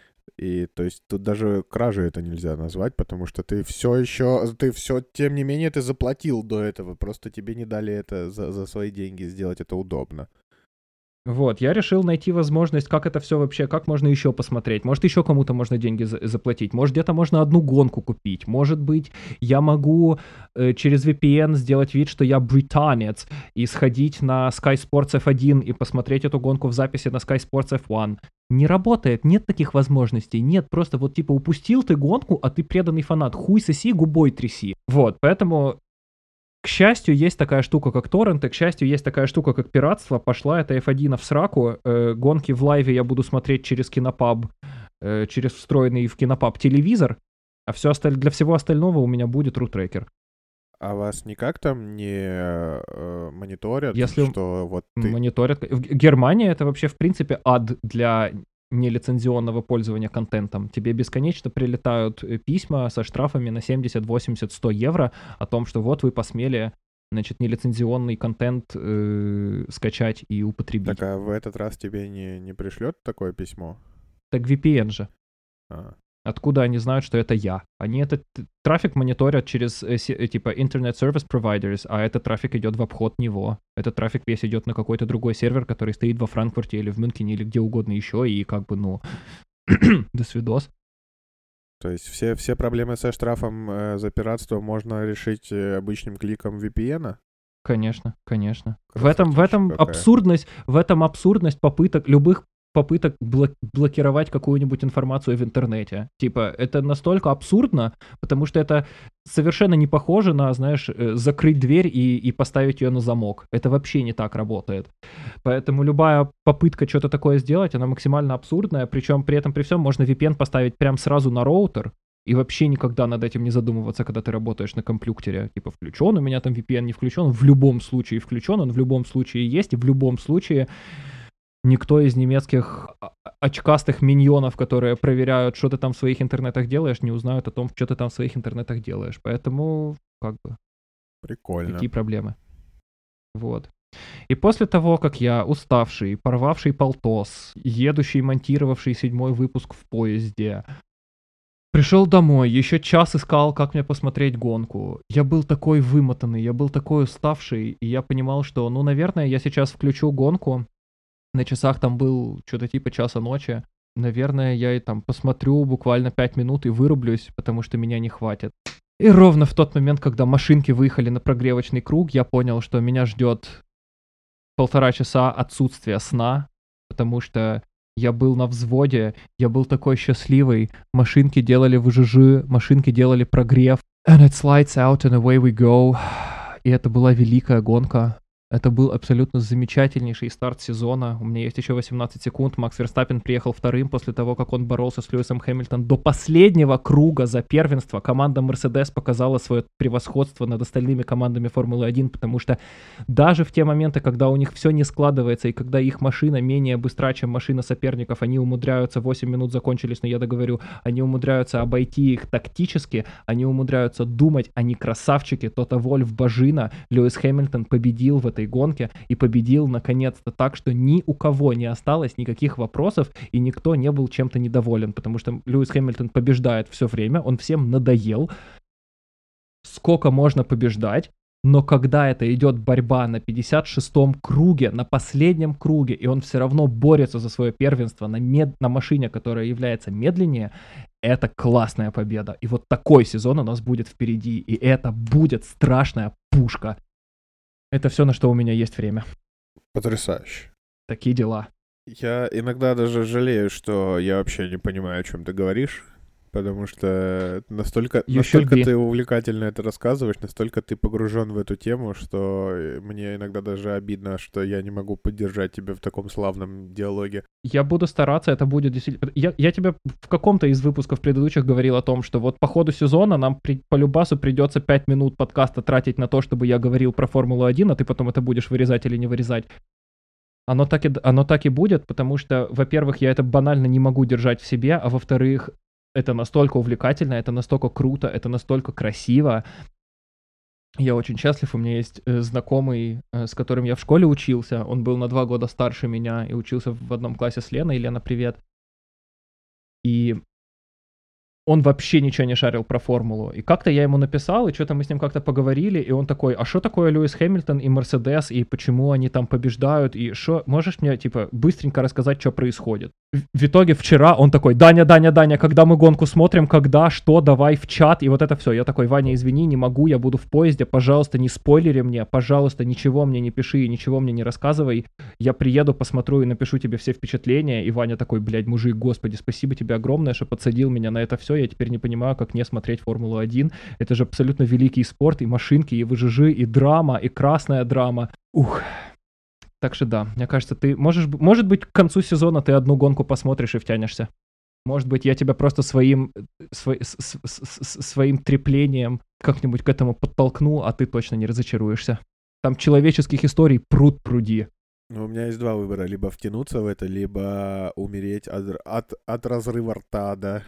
A: и то есть тут даже кражей это нельзя назвать, потому что ты все еще, ты все, тем не менее, ты заплатил до этого, просто тебе не дали это за, за свои деньги сделать это удобно.
B: Вот, я решил найти возможность, как это все вообще, как можно еще посмотреть. Может, еще кому-то можно деньги за- заплатить. Может, где-то можно одну гонку купить. Может быть, я могу э, через ви пи эн сделать вид, что я британец, и сходить на Sky Sports эф один и посмотреть эту гонку в записи на Sky Sports эф один. Не работает, нет таких возможностей. Нет, просто вот типа упустил ты гонку, а ты преданный фанат. Хуй соси, губой тряси. Вот, поэтому... К счастью, есть такая штука, как торренты, к счастью, есть такая штука, как пиратство. Пошла эта эф один в сраку. Э, гонки в лайве я буду смотреть через кинопаб, э, через встроенный в кинопаб телевизор, а все осталь... для всего остального у меня будет рутрекер.
A: А вас никак там не э, мониторят,
B: Если
A: что вот ты...
B: мониторят... В Г- Германия — это вообще, в принципе, ад для нелицензионного пользования контентом. Тебе бесконечно прилетают э, письма со штрафами на семьдесят, восемьдесят, сто евро о том, что вот вы посмели, значит, нелицензионный контент э, скачать и употребить.
A: Так, а в этот раз тебе не, не пришлет такое письмо?
B: Так ви пи эн же.
A: А.
B: Откуда они знают, что это я? Они этот трафик мониторят через, э, се- э, типа, Internet Service Providers, а этот трафик идет в обход него. Этот трафик весь идет на какой-то другой сервер, который стоит во Франкфурте или в Мюнхене или где угодно еще, и как бы, ну, до свидос.
A: То есть все, все проблемы со штрафом э, за пиратство можно решить э, обычным кликом ви пи эн?
B: Конечно, конечно. В этом, в этом
A: какая.
B: абсурдность, в этом абсурдность попыток, любых попыток блок- блокировать какую-нибудь информацию в интернете. Типа, это настолько абсурдно, потому что это совершенно не похоже на, знаешь, э, закрыть дверь и, и поставить ее на замок. Это вообще не так работает. Поэтому любая попытка что-то такое сделать, она максимально абсурдная, причем при этом при всем можно ви пи эн поставить прям сразу на роутер, и вообще никогда над этим не задумываться, когда ты работаешь на компьютере. Типа, включен у меня там ви пи эн, не включен. В любом случае включен, он в любом случае есть, и в любом случае никто из немецких очкастых миньонов, которые проверяют, что ты там в своих интернетах делаешь, не узнают о том, что ты там в своих интернетах делаешь. Поэтому, как бы,
A: Прикольно.
B: какие проблемы. Вот. И после того, как я, уставший, порвавший полтос, едущий, монтировавший седьмой выпуск в поезде, пришел домой, еще час искал, как мне посмотреть гонку. Я был такой вымотанный, я был такой уставший, и я понимал, что, ну, наверное, я сейчас включу гонку. На часах там был что-то типа часа ночи. Наверное, я и там посмотрю буквально пять минут и вырублюсь, потому что меня не хватит. И ровно в тот момент, когда машинки выехали на прогревочный круг, я понял, что меня ждет полтора часа отсутствия сна, потому что я был на взводе, я был такой счастливый, машинки делали ВЖЖ, машинки делали прогрев. And it's lights out and away we go. И это была великая гонка. Это был абсолютно замечательнейший старт сезона. У меня есть еще восемнадцать секунд. Макс Верстаппен приехал вторым после того, как он боролся с Льюисом Хэмилтоном. До последнего круга за первенство команда Мерседес показала свое превосходство над остальными командами Формулы один, потому что даже в те моменты, когда у них все не складывается, и когда их машина менее быстра, чем машина соперников, они умудряются, восемь минут закончились, но я договорю, они умудряются обойти их тактически, они умудряются думать, они красавчики. Тота Вольф, Бажина, Льюис Хэмилтон победил в этой гонке и победил наконец-то так, что ни у кого не осталось никаких вопросов и никто не был чем-то недоволен, потому что Льюис Хэмилтон побеждает все время, он всем надоел. Сколько можно побеждать, но когда это идет борьба на пятьдесят шестом круге, на последнем круге, и он все равно борется за свое первенство на, мед... на машине, которая является медленнее, это классная победа. И вот такой сезон у нас будет впереди, и это будет страшная пушка. Это все, на что у меня есть время.
A: Потрясающе.
B: Такие дела.
A: Я иногда даже жалею, что я вообще не понимаю, о чем ты говоришь, потому что настолько, настолько ты увлекательно это рассказываешь, настолько ты погружен в эту тему, что мне иногда даже обидно, что я не могу поддержать тебя в таком славном диалоге.
B: Я буду стараться, это будет действительно... Я, я тебе в каком-то из выпусков предыдущих говорил о том, что вот по ходу сезона нам при... по любасу придется пять минут подкаста тратить на то, чтобы я говорил про Формулу один, а ты потом это будешь вырезать или не вырезать. Оно так и, оно так и будет, потому что, во-первых, я это банально не могу держать в себе, а во-вторых, это настолько увлекательно, это настолько круто, это настолько красиво. Я очень счастлив, у меня есть э, знакомый, э, с которым я в школе учился, он был на два года старше меня и учился в одном классе с Леной. Лена, привет. И он вообще ничего не шарил про формулу. И как-то я ему написал, и что-то мы с ним как-то поговорили, и он такой, а что такое Льюис Хэмилтон и Мерседес, и почему они там побеждают, и что, можешь мне, типа, быстренько рассказать, что происходит? В, в итоге вчера он такой, Даня, Даня, Даня, когда мы гонку смотрим, когда, что, давай в чат, и вот это все. Я такой, Ваня, извини, не могу, я буду в поезде, пожалуйста, не спойлери мне, пожалуйста, ничего мне не пиши, ничего мне не рассказывай, я приеду, посмотрю и напишу тебе все впечатления, и Ваня такой, блядь, мужик, господи, спасибо тебе огромное, что подсадил меня на это все, я теперь не понимаю, как не смотреть Формулу один. Это же абсолютно великий спорт, и машинки, и ВЖЖ, и драма, и красная драма. Ух. Так что да, мне кажется, ты можешь, может быть, к концу сезона ты одну гонку посмотришь и втянешься. Может быть, я тебя просто своим, свой, с, с, с, своим треплением как-нибудь к этому подтолкну, а ты точно не разочаруешься. Там человеческих историй пруд пруди.
A: Ну, у меня есть два выбора. Либо втянуться в это, либо умереть от, от, от разрыва рта, да.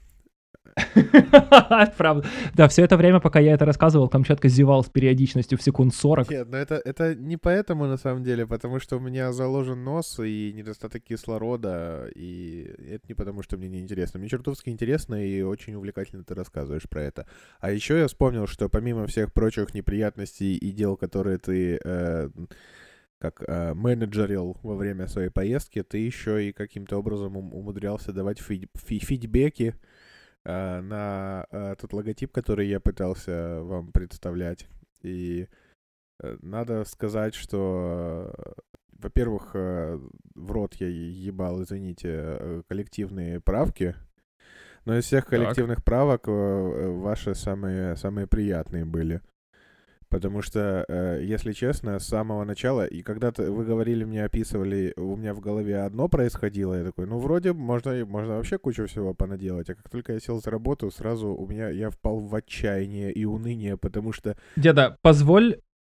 B: Правда. Да, все это время, пока я это рассказывал, Камчатка зевал с периодичностью в секунд сорок.
A: Нет, но это, это не поэтому, на самом деле, потому что у меня заложен нос и недостаток кислорода, и это не потому, что мне неинтересно. Мне чертовски интересно и очень увлекательно ты рассказываешь про это. А еще я вспомнил, что помимо всех прочих неприятностей и дел, которые ты... Э, как э, менеджерил во время своей поездки, ты еще и каким-то образом умудрялся давать фид- фи- фидбэки э, на э, тот логотип, который я пытался вам представлять. И э, надо сказать, что, э, во-первых, э, в рот я ебал, извините, э, коллективные правки, но из всех коллективных так. правок э, ваши самые, самые приятные были. Потому что, э, если честно, с самого начала, и когда-то вы говорили мне, описывали, у меня в голове одно происходило, я такой, ну, вроде можно, можно вообще кучу всего понаделать, а как только я сел за работу, сразу у меня, я впал в отчаяние и уныние, потому что...
B: Деда, позволь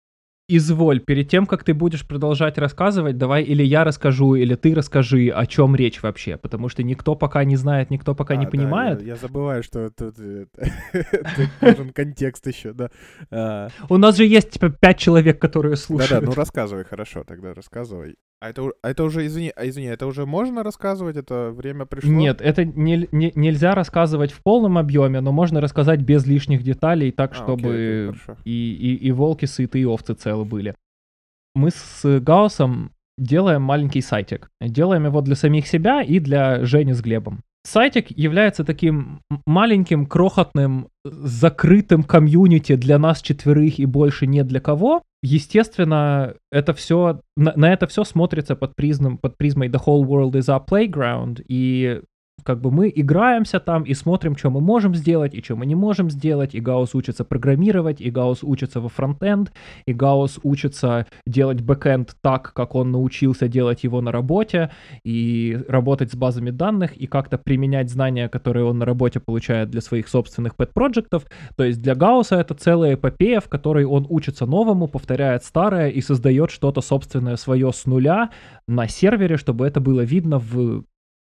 B: Изволь, перед тем, как ты будешь продолжать рассказывать, давай или я расскажу, или ты расскажи, о чем речь вообще, потому что никто пока не знает, никто пока не
A: А, да,
B: понимает.
A: я, я забываю, что тут э, тут нужен контекст еще, да. А,
B: У нас же есть типа пять человек, которые
A: Да-да,
B: слушают.
A: ну рассказывай, хорошо, тогда рассказывай. А это, у- а это уже, извини, а извини, это уже можно рассказывать? Это время пришло?
B: Нет, это не, не- нельзя рассказывать в полном объеме, но можно рассказать без лишних деталей, так,
A: А, окей,
B: чтобы
A: окей, хорошо.
B: и, и, и волки сыты, и овцы целы были. Мы с Гаусом делаем маленький сайтик. Делаем его для самих себя и для Жени с Глебом. Сайтик является таким м- маленьким, крохотным, э, закрытым комьюнити для нас четверых и больше не для кого. Естественно, это все, на, на это все смотрится под, призмом, под призмой The Whole World is our Playground, и как бы мы играемся там и смотрим, что мы можем сделать и что мы не можем сделать, и Гаус учится программировать, и Гаус учится во фронтенд, и Гаус учится делать бэкэнд так, как он научился делать его на работе, и работать с базами данных, и как-то применять знания, которые он на работе получает для своих собственных пэт-проджектов. То есть для Гауса это целая эпопея, в которой он учится новому, повторяет старое и создает что-то собственное свое с нуля на сервере, чтобы это было видно в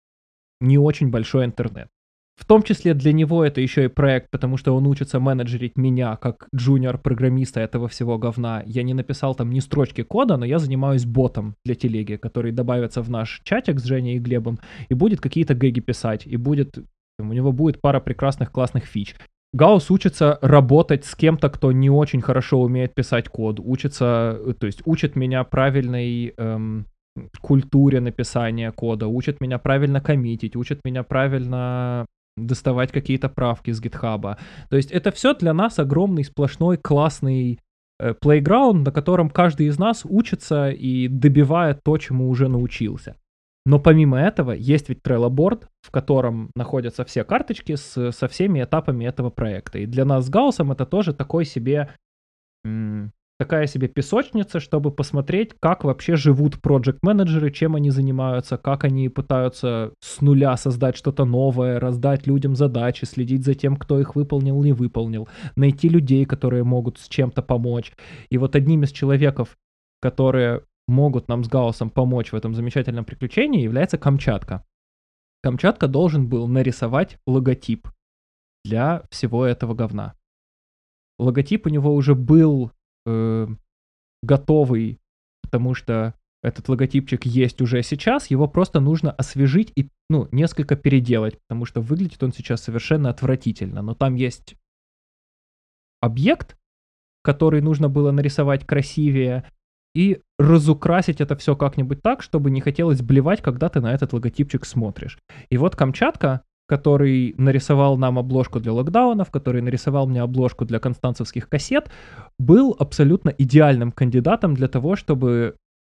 B: не очень большой интернет. В том числе для него это еще и проект, потому что он учится менеджерить меня как джуниор-программиста этого всего говна. Я не написал там ни строчки кода, но я занимаюсь ботом для телеги, который добавится в наш чатик с Женей и Глебом, и будет какие-то гэги писать, и будет, у него будет пара прекрасных классных фич. Гаус учится работать с кем-то, кто не очень хорошо умеет писать код, учится, то есть учит меня правильной... Эм, культуре написания кода, учат меня правильно коммитить, учат меня правильно доставать какие-то правки с гитхаба. То есть это все для нас огромный, сплошной, классный э, плейграунд, на котором каждый из нас учится и добивает то, чему уже научился. Но помимо этого есть ведь Trello Board, в котором находятся все карточки с, со всеми этапами этого проекта. И для нас с Гаусом это тоже такой себе... М- такая себе песочница, чтобы посмотреть, как вообще живут проект-менеджеры, чем они занимаются, как они пытаются с нуля создать что-то новое, раздать людям задачи, следить за тем, кто их выполнил, не выполнил, найти людей, которые могут с чем-то помочь. И вот одним из человеков, которые могут нам с Гаусом помочь в этом замечательном приключении, является Камчатка. Камчатка должен был нарисовать логотип для всего этого говна. Логотип у него уже был э, готовый, потому что этот логотипчик есть уже сейчас, его просто нужно освежить и, ну, несколько переделать, потому что выглядит он сейчас совершенно отвратительно. Но там есть объект, который нужно было нарисовать красивее, и разукрасить это все как-нибудь так, чтобы не хотелось блевать, когда ты на этот логотипчик смотришь. И вот Камчатка, который нарисовал нам обложку для локдаунов, который нарисовал мне обложку для констанцевских кассет, был абсолютно идеальным кандидатом для того, чтобы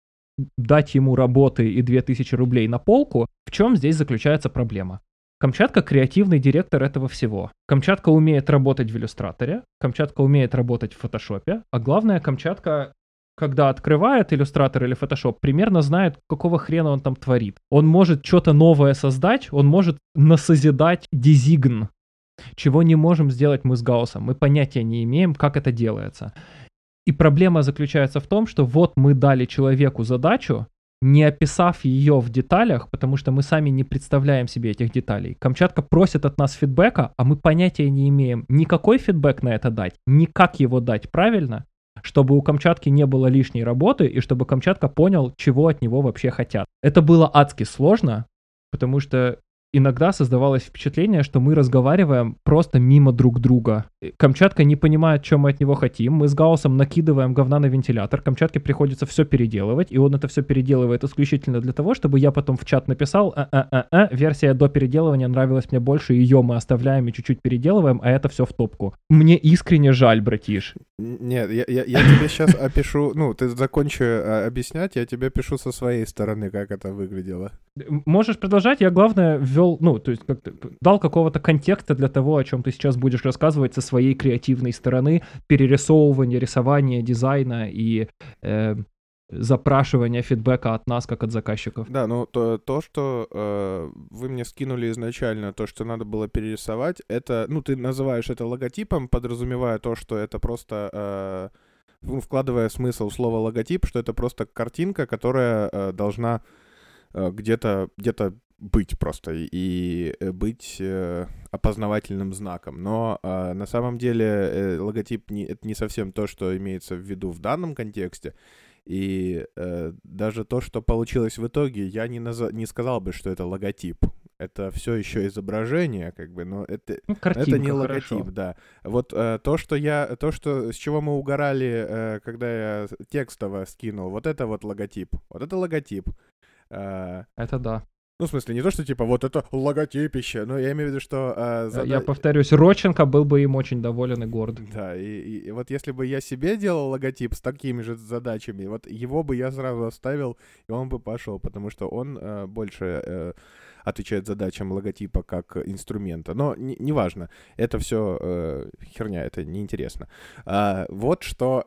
B: дать ему работы и две тысячи рублей на полку. В чем здесь заключается проблема? Камчатка — креативный директор этого всего. Камчатка умеет работать в иллюстраторе, Камчатка умеет работать в фотошопе, а главное, Камчатка, когда открывает иллюстратор или фотошоп, примерно знает, какого хрена он там творит. Он может что-то новое создать, он может насозидать дизигн, чего не можем сделать мы с Гауссом. Мы понятия не имеем, как это делается. И проблема заключается в том, что вот мы дали человеку задачу, не описав ее в деталях, потому что мы сами не представляем себе этих деталей. Камчатка просит от нас фидбэка, а мы понятия не имеем, никакой фидбэк на это дать, ни как его дать правильно, чтобы у Камчатки не было лишней работы и чтобы Камчатка понял, чего от него вообще хотят. Это было адски сложно, потому что иногда создавалось впечатление, что мы разговариваем просто мимо друг друга. Камчатка не понимает, что мы от него хотим. Мы с Гауссом накидываем говна на вентилятор. Камчатке приходится все переделывать, и он это все переделывает исключительно для того, чтобы я потом в чат написал: а-а-а-а, версия до переделывания нравилась мне больше, ее мы оставляем и чуть-чуть переделываем, а это все в топку. Мне искренне жаль, братиш.
A: Нет, я, я, я тебе сейчас опишу, ну, ты закончи а, объяснять, я тебе пишу со своей стороны, как это выглядело.
B: Можешь продолжать, я, главное, ввел, ну, то есть как-то дал какого-то контекста для того, о чем ты сейчас будешь рассказывать со своей креативной стороны, перерисовывания, рисования, дизайна и э, запрашивания фидбэка от нас, как от заказчиков.
A: Да, ну то, то что э, вы мне скинули изначально, то, что надо было перерисовать, это, ну, ты называешь это логотипом, подразумевая то, что это просто... Э, ну, вкладывая смысл слова логотип, что это просто картинка, которая э, должна э, где-то, где-то быть просто и э, быть э, опознавательным знаком. Но э, на самом деле э, логотип не, это не совсем то, что имеется в виду в данном контексте. И э, даже то, что получилось в итоге, я не, наза- не сказал бы, что это логотип. Это все еще изображение, как бы, но это,
B: Ну,
A: это
B: картинка,
A: не логотип,
B: хорошо.
A: да. Вот э, то, что я, то, что, с чего мы угорали, э, когда я текстово скинул, вот это вот логотип. Вот это логотип. Э,
B: Это да.
A: ну, в смысле, не то, что типа вот это логотипище, но я имею в виду, что э,
B: Э, Я
A: зада-
B: повторюсь, Родченко был бы им очень доволен и горд.
A: Да, и, и- и вот если бы я себе делал логотип с такими же задачами, вот его бы я сразу оставил, и он бы пошел, потому что он э, больше э, отвечает задачам логотипа как инструмента. Но не- неважно, это все э, херня, это неинтересно. А, вот что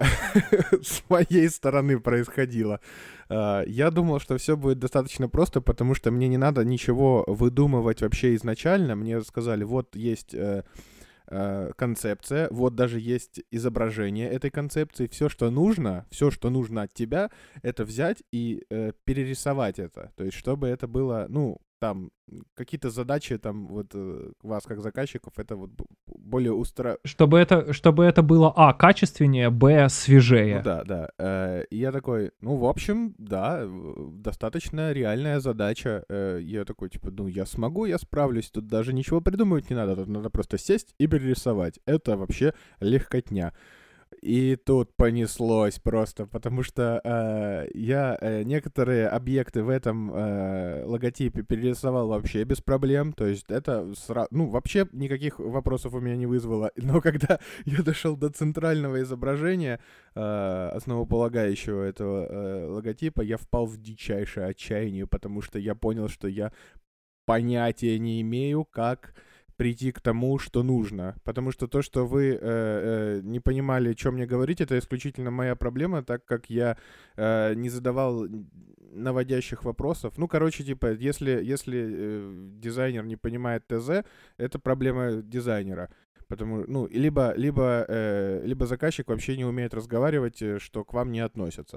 A: с моей стороны происходило. А, я думал, что все будет достаточно просто, потому что мне не надо ничего выдумывать вообще изначально. Мне сказали, вот есть... э, э, концепция, вот даже есть изображение этой концепции, все, что нужно, все, что нужно от тебя, это взять и э, перерисовать это, то есть чтобы это было, ну, там, какие-то задачи, там, вот, э, вас, как заказчиков, это вот б- более устро...
B: Чтобы это, чтобы это было, а, качественнее, б,
A: Ну
B: свежее.
A: да, да. Э, и я такой, ну, в общем, да, в- достаточно реальная задача. Э, я такой, типа, ну, я смогу, я справлюсь. Тут даже ничего придумывать не надо. Тут надо просто сесть и перерисовать. Это вообще легкотня. И тут понеслось просто, потому что э, я э, некоторые объекты в этом э, логотипе перерисовал вообще без проблем. То есть это сра- ну, вообще никаких вопросов у меня не вызвало. Но когда я дошел до центрального изображения, э, основополагающего этого э, логотипа, я впал в дичайшее отчаяние, потому что я понял, что я понятия не имею, как прийти к тому, что нужно. Потому что то, что вы э, э, не понимали, о чем мне говорить, это исключительно моя проблема, так как я э, не задавал наводящих вопросов. Ну, короче, типа, если, если э, дизайнер не понимает ТЗ, это проблема дизайнера. Потому, ну, либо, либо, э, либо заказчик вообще не умеет разговаривать, э, что к вам не относятся.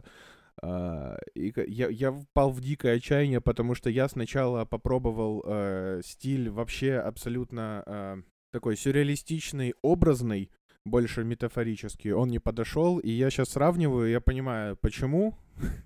A: А, и ка- я, я впал в дикое отчаяние, потому что я сначала попробовал э, стиль вообще абсолютно э, такой сюрреалистичный, образный, больше метафорический. Он не подошел, и я сейчас сравниваю, я понимаю, почему.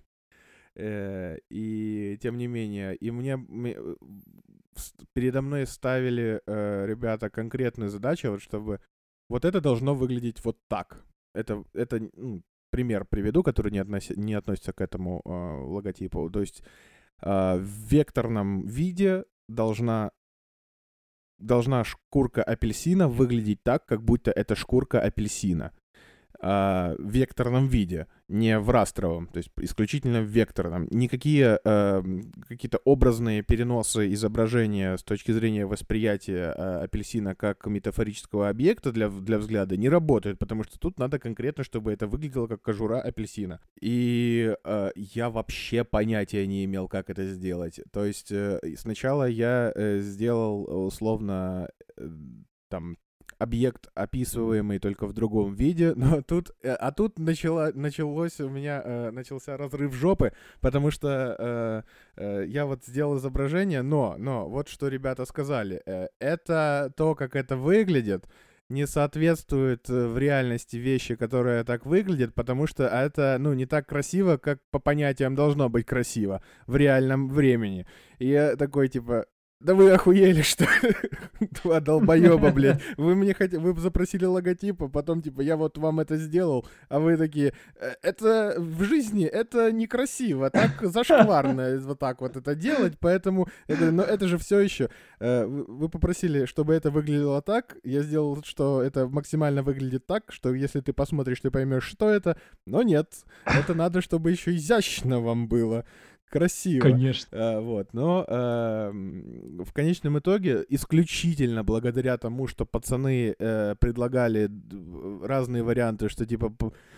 A: Э, И тем не менее, и мне ме- э, с- передо мной ставили э, ребята конкретную задачу, вот чтобы вот это должно выглядеть вот так. Это, это ну, пример приведу, который не, относи- не относится к этому э, логотипу. То есть э, в векторном виде должна, должна шкурка апельсина выглядеть так, как будто это шкурка апельсина. А, в векторном виде, не в растровом, то есть исключительно в векторном. Никакие э, какие-то образные переносы изображения с точки зрения восприятия э, апельсина как метафорического объекта для, для взгляда не работают, потому что тут надо конкретно, чтобы это выглядело как кожура апельсина. И э, я вообще понятия не имел, как это сделать. То есть э, сначала я э, сделал условно э, там объект, описываемый только в другом виде, но тут, э, а тут начало, началось у меня, э, начался разрыв жопы, потому что э, э, я вот сделал изображение, но, но, вот что ребята сказали, э, это то, как это выглядит, не соответствует э, в реальности вещи, которые так выглядят, потому что это, ну, не так красиво, как по понятиям должно быть красиво в реальном времени. И я такой, типа, да вы охуели, что ли? Два долбоеба, блядь. Вы мне хот... вы запросили логотип, а потом, типа, я вот вам это сделал, а вы такие, «Э, это в жизни, это некрасиво, так зашкварно вот так вот это делать, поэтому, я говорю, но это же все еще. Вы попросили, чтобы это выглядело так, я сделал, что это максимально выглядит так, что если ты посмотришь, ты поймешь, что это, но нет, это надо, чтобы еще изящно вам было. Красиво.
B: Конечно.
A: А, вот, но а, в конечном итоге исключительно благодаря тому, что пацаны э, предлагали разные варианты, что типа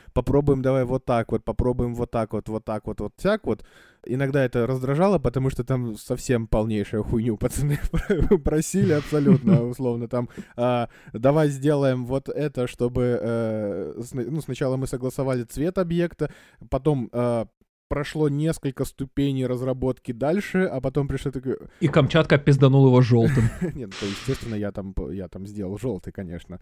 A: попробуем давай вот так вот, попробуем вот так вот, вот так вот, вот так вот. Иногда это раздражало, потому что там совсем полнейшая хуйню пацаны просили абсолютно, условно, там, а, давай сделаем вот это, чтобы, э, сна- ну, сначала мы согласовали цвет объекта, потом э, прошло несколько ступеней разработки дальше, а потом пришли такой...
B: И Камчатка пизданул его желтым.
A: Нет, то, естественно, я там, я там сделал желтый, конечно.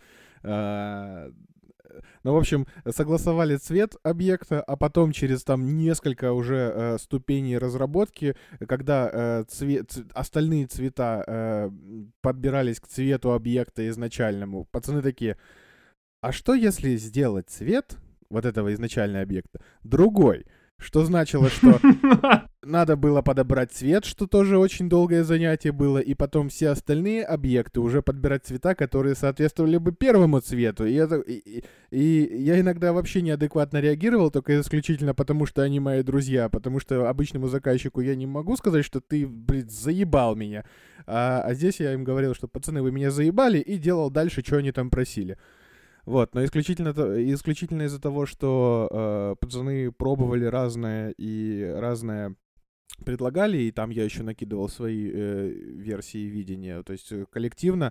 A: А, Ну, в общем, согласовали цвет объекта, а потом через там несколько уже э, ступеней разработки, когда э, цвет, ц- остальные цвета э, подбирались к цвету объекта изначальному, пацаны такие, а что если сделать цвет вот этого изначального объекта другой? Что значило, что надо было подобрать цвет, что тоже очень долгое занятие было, и потом все остальные объекты уже подбирать цвета, которые соответствовали бы первому цвету. И, это, и, и- и я иногда вообще неадекватно реагировал, только исключительно потому, что они мои друзья, потому что обычному заказчику я не могу сказать, что ты, блин, заебал меня. А, а здесь я им говорил, что, пацаны, вы меня заебали, и делал дальше, что они там просили. Вот, но исключительно, то- исключительно из-за того, что э, пацаны пробовали разное и разное предлагали, и там я еще накидывал свои э, версии видения. То есть э, коллективно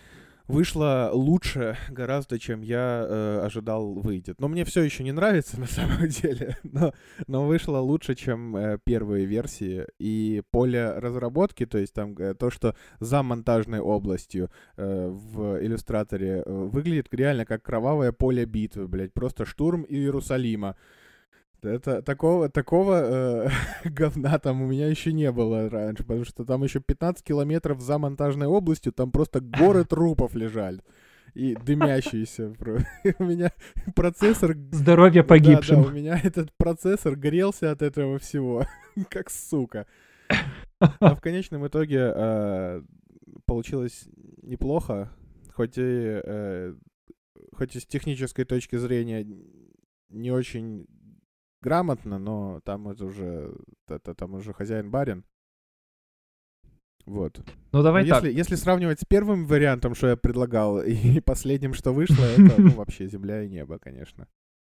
A: вышло лучше гораздо, чем я э, ожидал выйдет. Но мне все еще не нравится на самом деле, но, но вышло лучше, чем э, первые версии. И поле разработки, то есть там э, то, что за монтажной областью э, в иллюстраторе э, выглядит реально как кровавое поле битвы, блядь, просто штурм Иерусалима. Это такого, такого э, говна там у меня еще не было раньше, потому что там еще пятнадцать километров за монтажной областью, там просто горы трупов лежали и дымящиеся. У меня процессор...
B: Здоровье погибшим.
A: Да, да, у меня этот процессор грелся от этого всего, как сука. А в конечном итоге э, получилось неплохо, хоть и, э, хоть и с технической точки зрения не очень грамотно, но там это уже, это, там уже хозяин-барин. Вот.
B: Ну давай
A: Но
B: так.
A: если, если сравнивать с первым вариантом, что я предлагал, и последним, что вышло, это ну, вообще земля и небо, конечно.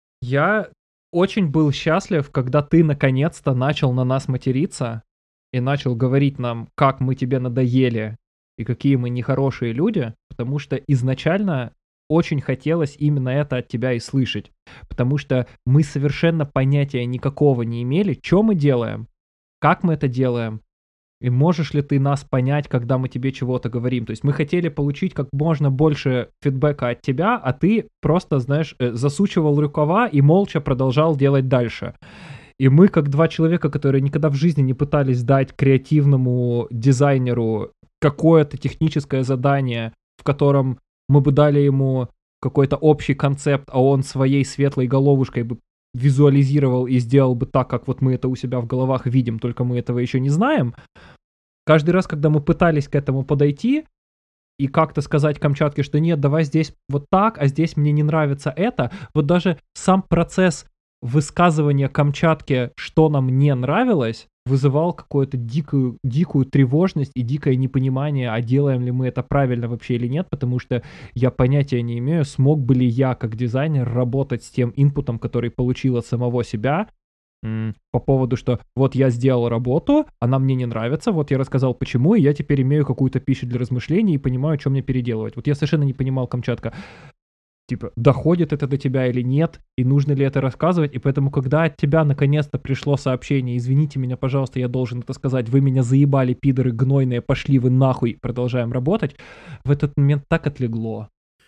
B: Я очень был счастлив, когда ты наконец-то начал на нас материться и начал говорить нам, как мы тебе надоели и какие мы нехорошие люди, потому что изначально очень хотелось именно это от тебя и слышать, потому что мы совершенно понятия никакого не имели, что мы делаем, как мы это делаем, и можешь ли ты нас понять, когда мы тебе чего-то говорим. То есть мы хотели получить как можно больше фидбэка от тебя, а ты просто, знаешь, э, засучивал рукава и молча продолжал делать дальше. И мы, как два человека, которые никогда в жизни не пытались дать креативному дизайнеру какое-то техническое задание, в котором мы бы дали ему какой-то общий концепт, а он своей светлой головушкой бы визуализировал и сделал бы так, как вот мы это у себя в головах видим, только мы этого еще не знаем. Каждый раз, когда мы пытались к этому подойти и как-то сказать Камчатке, что нет, давай здесь вот так, а здесь мне не нравится это, вот даже сам процесс высказывания Камчатке, что нам не нравилось, вызывал какую-то дикую, дикую тревожность и дикое непонимание, а делаем ли мы это правильно вообще или нет, потому что я понятия не имею, смог бы ли я как дизайнер работать с тем инпутом, который получил от самого себя, м, по поводу, что вот я сделал работу, она мне не нравится, вот я рассказал почему, и я теперь имею какую-то пищу для размышлений и понимаю, что мне переделывать. Вот я совершенно не понимал, Камчатка, типа, доходит это до тебя или нет, и нужно ли это рассказывать, и поэтому, когда от тебя наконец-то пришло сообщение, извините меня, пожалуйста, я должен это сказать, вы меня заебали, пидоры гнойные, пошли вы нахуй, продолжаем работать, в этот момент так отлегло.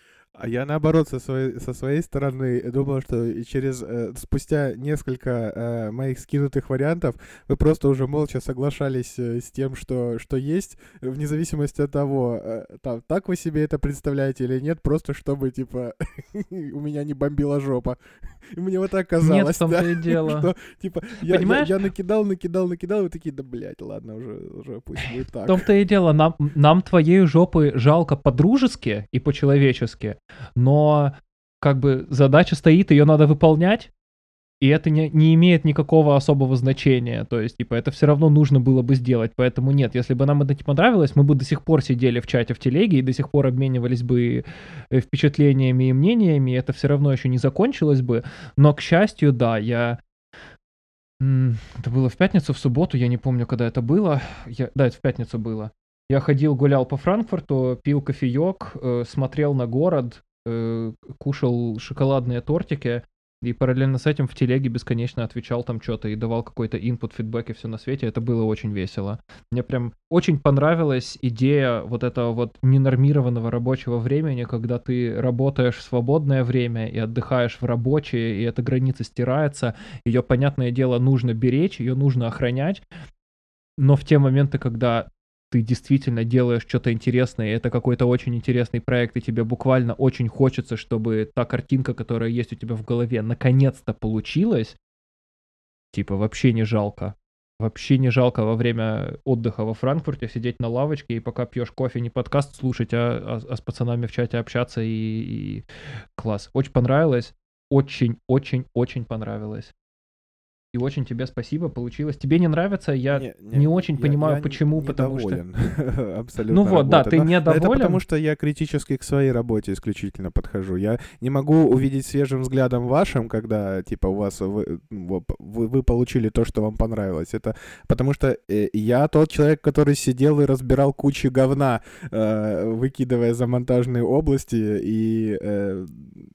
A: А я наоборот со своей, со своей стороны думал, что и через э, спустя несколько э, моих скинутых вариантов вы просто уже молча соглашались э, с тем, что, что есть, вне зависимости от того, э, там, так вы себе это представляете или нет, просто чтобы, типа, у меня не бомбила жопа. И мне вот так казалось,
B: Нет, в том-то
A: да,
B: и дело.
A: что, типа, я, я,
B: Понимаешь?
A: я накидал, накидал, накидал, и вы такие, да, блядь, ладно, уже, уже пусть будет
B: В
A: так.
B: том-то и дело, нам, нам твоей жопы жалко по-дружески и по-человечески, но как бы задача стоит, ее надо выполнять. И это не, не имеет никакого особого значения. То есть, типа, это все равно нужно было бы сделать. Поэтому нет, если бы нам это не понравилось, мы бы до сих пор сидели в чате в телеге и до сих пор обменивались бы э, впечатлениями и мнениями. И это все равно еще не закончилось бы. Но, к счастью, да, я... м, Это было в пятницу, в субботу, я не помню, когда это было. Я... Да, это в пятницу было. Я ходил, гулял по Франкфурту, пил кофеек, э, смотрел на город, э, кушал шоколадные тортики. И параллельно с этим в телеге бесконечно отвечал там что-то и давал какой-то инпут, фидбэк и все на свете. Это было очень весело. Мне прям очень понравилась идея вот этого вот ненормированного рабочего времени, когда ты работаешь в свободное время и отдыхаешь в рабочее, и эта граница стирается. Ее, понятное дело, нужно беречь, ее нужно охранять. Но в те моменты, когда ты действительно делаешь что-то интересное, и это какой-то очень интересный проект, и тебе буквально очень хочется, чтобы та картинка, которая есть у тебя в голове, наконец-то получилась, типа вообще не жалко. Вообще не жалко во время отдыха во Франкфурте сидеть на лавочке и пока пьешь кофе, не подкаст слушать, а, а, а с пацанами в чате общаться и, и... Класс. Очень понравилось. Очень-очень-очень понравилось. И очень тебе спасибо, получилось. Тебе не нравится, я
A: Не,
B: не,
A: не,
B: очень
A: я,
B: понимаю,
A: я
B: почему, потому что...
A: недоволен абсолютно
B: Ну вот, да,
A: работой.
B: ты
A: Но, но это
B: недоволен.
A: потому, что я критически к своей работе исключительно подхожу. Я не могу увидеть свежим взглядом вашим, когда, типа, у вас вы, вы, вы получили то, что вам понравилось. Это потому что э, я тот человек, который сидел и разбирал кучу говна, э, выкидывая за монтажные области, и э,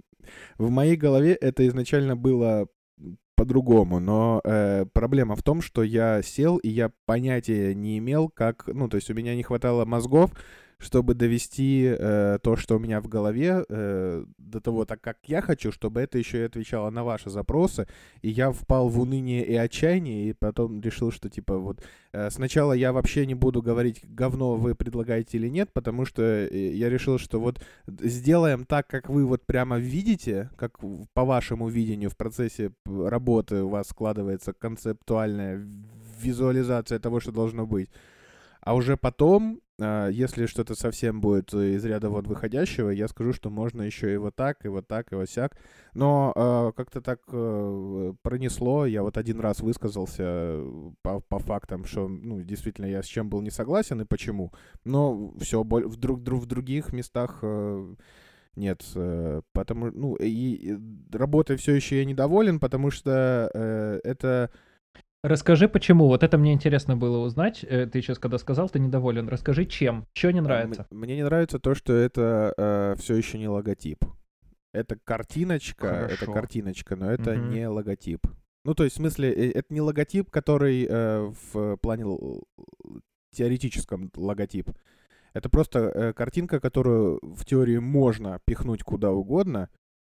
A: в моей голове это изначально было по-другому, но э, проблема в том, что я сел, и я понятия не имел, как, ну, то есть у меня не хватало мозгов, чтобы довести э, то, что у меня в голове, э, до того, так как я хочу, чтобы это еще и отвечало на ваши запросы, и я впал в уныние и отчаяние, и потом решил, что, типа, вот, э, сначала я вообще не буду говорить, говно вы предлагаете или нет, потому что э, я решил, что вот сделаем так, как вы вот прямо видите, как по вашему видению в процессе работы у вас складывается концептуальная визуализация того, что должно быть. А уже потом, если что-то совсем будет из ряда вон выходящего, я скажу, что можно еще и вот так, и вот так, и вот сяк. Но э, как-то так э, пронесло. Я вот один раз высказался по, по фактам, что, ну, действительно, я с чем был не согласен и почему. Но все, в, друг, в других местах... Э, Нет, э, потому, ну, и, и работой все еще я недоволен, потому что э, это...
B: Расскажи, почему. Вот это мне интересно было узнать. Э, Ты сейчас, когда сказал, ты недоволен. Расскажи, чем? Что не
A: а, м-
B: нравится?
A: Мне не нравится то, что это э, все еще не логотип. Это картиночка, это
B: Хорошо.
A: картиночка, но это
B: Мгм.
A: не логотип. Ну, то есть, в смысле, э, это не логотип, который э, в плане л- теоретическом логотип. Это просто э, картинка, которую в теории можно пихнуть куда угодно,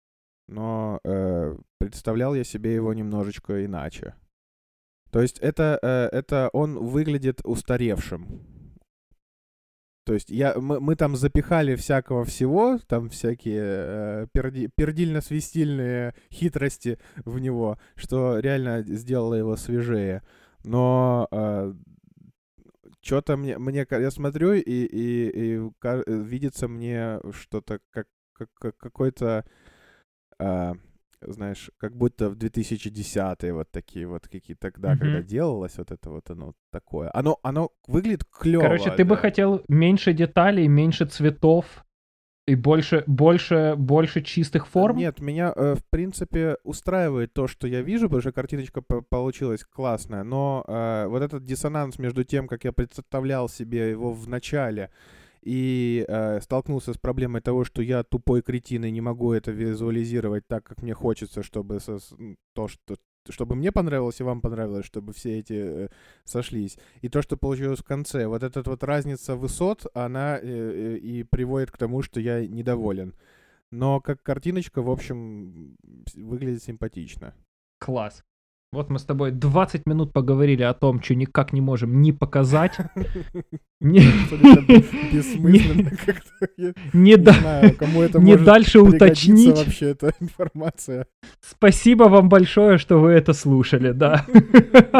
A: но э, представлял я себе его немножечко иначе. То есть это, э, это он выглядит устаревшим. То есть я, мы, мы там запихали всякого всего, там всякие э, перди, пердильно-свистильные хитрости в него, что реально сделало его свежее. Но э, что-то мне, мне, я смотрю, и, и, и ка- видится мне что-то как, как, как какой-то... э, знаешь, как будто в две тысячи десятые вот такие вот какие тогда, когда
B: Мгм.
A: делалось вот это вот оно такое. Оно, оно выглядит клево.
B: Короче, ты бы хотел меньше деталей, меньше цветов и больше, больше, больше чистых форм?
A: Нет, меня, э, в принципе, устраивает то, что я вижу, потому что картиночка по- получилась классная, но э, вот этот диссонанс между тем, как я представлял себе его в начале, и э, столкнулся с проблемой того, что я тупой кретин и не могу это визуализировать так, как мне хочется, чтобы со, то, что чтобы мне понравилось и вам понравилось, чтобы все эти э, сошлись. И то, что получилось в конце, вот эта вот разница высот, она э, э, и приводит к тому, что я недоволен. Но как картиночка, в общем, выглядит симпатично.
B: Класс. Вот мы с тобой двадцать минут поговорили о том, что никак не можем ни показать, ни,
A: Абсолютно бессмысленно как-то. Я
B: не
A: не
B: да-
A: знаю, кому это
B: не
A: может
B: дальше
A: пригодиться
B: уточнить.
A: вообще эта информация.
B: Спасибо вам большое, что вы это слушали, да.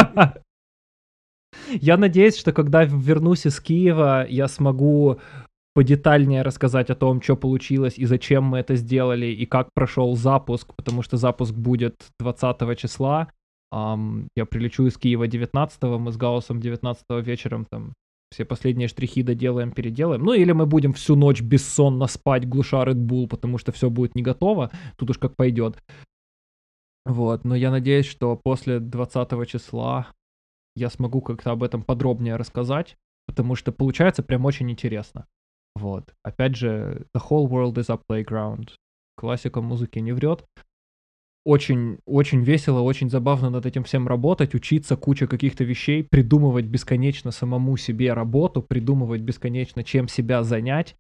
B: Я надеюсь, что когда вернусь из Киева, я смогу подетальнее рассказать о том, что получилось и зачем мы это сделали, и как прошел запуск, потому что запуск будет двадцатого числа. Um, я прилечу из Киева девятнадцатого, мы с Гаусом девятнадцатого вечером там все последние штрихи доделаем, переделаем. Ну или мы будем всю ночь бессонно спать, глуша Red Bull, потому что все будет не готово, тут уж как пойдет. Вот, но я надеюсь, что после двадцатого числа я смогу как-то об этом подробнее рассказать, потому что получается прям очень интересно. Вот, опять же, the whole world is a playground. Классика музыки не врет. Очень, очень весело, очень забавно над этим всем работать, учиться куча каких-то вещей, придумывать бесконечно самому себе работу, придумывать бесконечно, чем себя занять.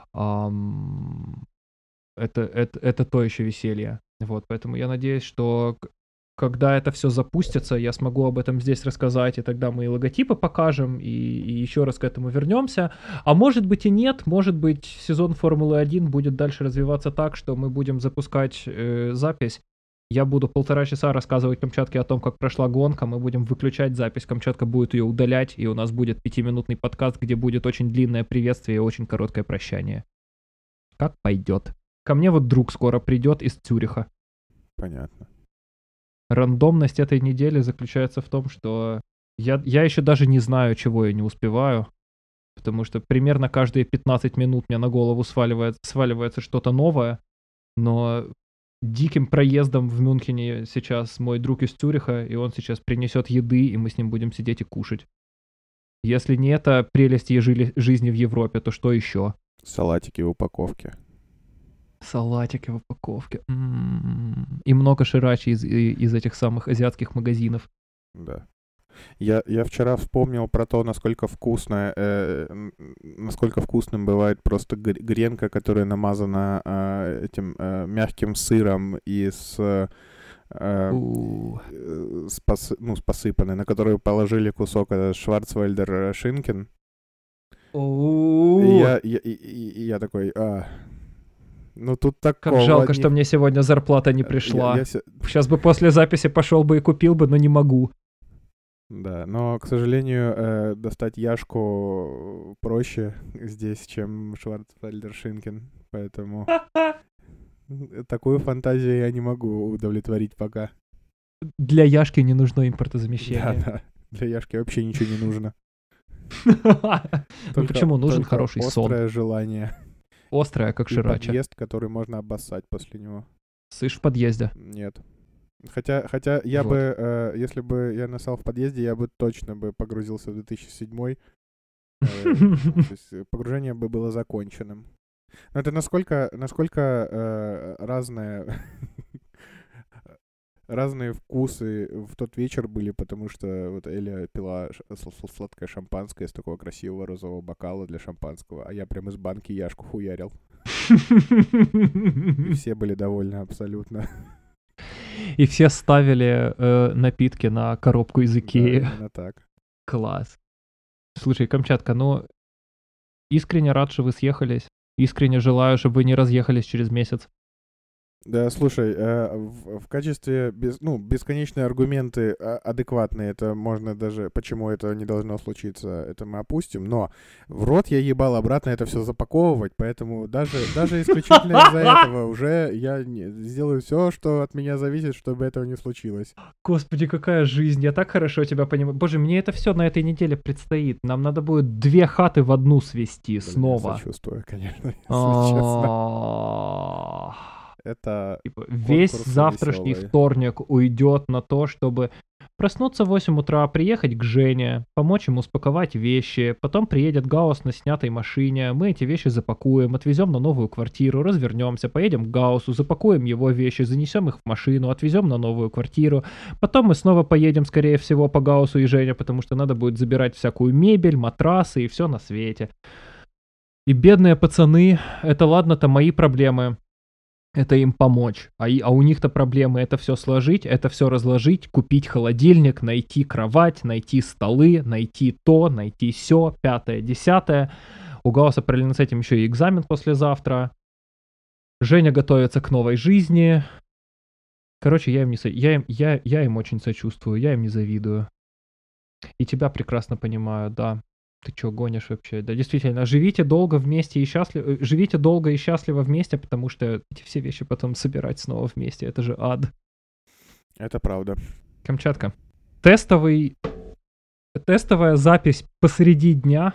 B: Um, это, это, это то еще веселье. Вот, поэтому я надеюсь, что когда это все запустится, я смогу об этом здесь рассказать, и тогда мы и логотипы покажем, и, и еще раз к этому вернемся. А может быть и нет, может быть сезон Формулы один будет дальше развиваться так, что мы будем запускать э, запись. Я буду полтора часа рассказывать Камчатке о том, как прошла гонка, мы будем выключать запись, Камчатка будет ее удалять, и у нас будет пятиминутный подкаст, где будет очень длинное приветствие и очень короткое прощание. Как пойдет. Ко мне вот друг скоро придет из Цюриха.
A: Понятно.
B: Рандомность этой недели заключается в том, что я, я еще даже не знаю, чего я не успеваю, потому что примерно каждые пятнадцать минут мне на голову сваливается, сваливается что-то новое, но диким проездом в Мюнхене сейчас мой друг из Цюриха, и он сейчас принесет еды, и мы с ним будем сидеть и кушать. Если не это прелесть ежели, жизни в Европе, то что еще?
A: Салатики в упаковке.
B: Салатики в упаковке. М-м-м. И много ширачи из, из этих самых азиатских магазинов.
A: Да. Я, я вчера вспомнил про то, насколько вкусная, э, насколько вкусным бывает просто гренка, которая намазана э, этим э, мягким сыром и с, э, э, с, пос, ну, с посыпанной, на которую положили кусок этот Шварцвальдер Шинкен. И я, я, и, и, и я такой... А, ну тут такого...
B: Как жалко,
A: не...
B: что мне сегодня зарплата не пришла.
A: Я, я...
B: Сейчас бы после записи пошел бы и купил бы, но не могу.
A: Да, но, к сожалению, э, достать Яшку проще здесь, чем Шварцвальдер Шинкен, поэтому такую фантазию я не могу удовлетворить пока.
B: Для Яшки не нужно импортозамещение.
A: Да, да, для Яшки вообще ничего не нужно.
B: Ну почему? Нужен хороший сон.
A: Острое желание.
B: Острое, как ширача.
A: И подъезд, который можно обоссать после него.
B: Сышь в подъезде?
A: Нет. Хотя, хотя я вот. бы, э, если бы я насал в подъезде, я бы точно бы погрузился в две тысячи седьмой. Э, то есть погружение бы было законченным. Но это насколько, насколько э, разные, разные вкусы в тот вечер были, потому что вот Эля пила сладкое шампанское из такого красивого розового бокала для шампанского, а я прям из банки Яшку хуярил. И все были довольны абсолютно.
B: И все ставили э, напитки на коробку из Икеи.
A: Да, именно так.
B: Класс. Слушай, Камчатка, ну, искренне рад, что вы съехались. Искренне желаю, чтобы вы не разъехались через месяц.
A: Да, слушай, э, в, в качестве без, ну, бесконечные аргументы а, адекватные, это можно даже, почему это не должно случиться, это мы опустим, но в рот я ебал обратно это все запаковывать, поэтому даже, даже исключительно из-за этого уже я не, сделаю все, что от меня зависит, чтобы этого не случилось.
B: Господи, какая жизнь, я так хорошо тебя понимаю. Боже, мне это все на этой неделе предстоит. Нам надо будет две хаты в одну свести. Блин, снова.
A: Я сочувствую, конечно, если честно. Это
B: типа, весь завтрашний веселый. Вторник уйдет на то, чтобы проснуться в восемь утра, приехать к Жене, помочь ему спаковать вещи, потом приедет Гаус на снятой машине, мы эти вещи запакуем, отвезем на новую квартиру, развернемся, поедем к Гаусу, запакуем его вещи, занесем их в машину, отвезем на новую квартиру, потом мы снова поедем, скорее всего, по Гаусу и Жене, потому что надо будет забирать всякую мебель, матрасы и все на свете. И бедные пацаны, это ладно-то мои проблемы. Это им помочь. А, и, а у них-то проблемы это все сложить, это все разложить, купить холодильник, найти кровать, найти столы, найти то, найти сё, пятое, десятое. У Гауса параллельно с этим еще и экзамен послезавтра. Женя готовится к новой жизни. Короче, я им, не со... я, им, я, я им очень сочувствую, я им не завидую. И тебя прекрасно понимаю, да. Ты чё гонишь вообще? Да, действительно, живите долго вместе и счастливо, живите долго и счастливо вместе, потому что эти все вещи потом собирать снова вместе, это же ад.
A: Это правда.
B: Камчатка. Тестовый, тестовая запись посреди дня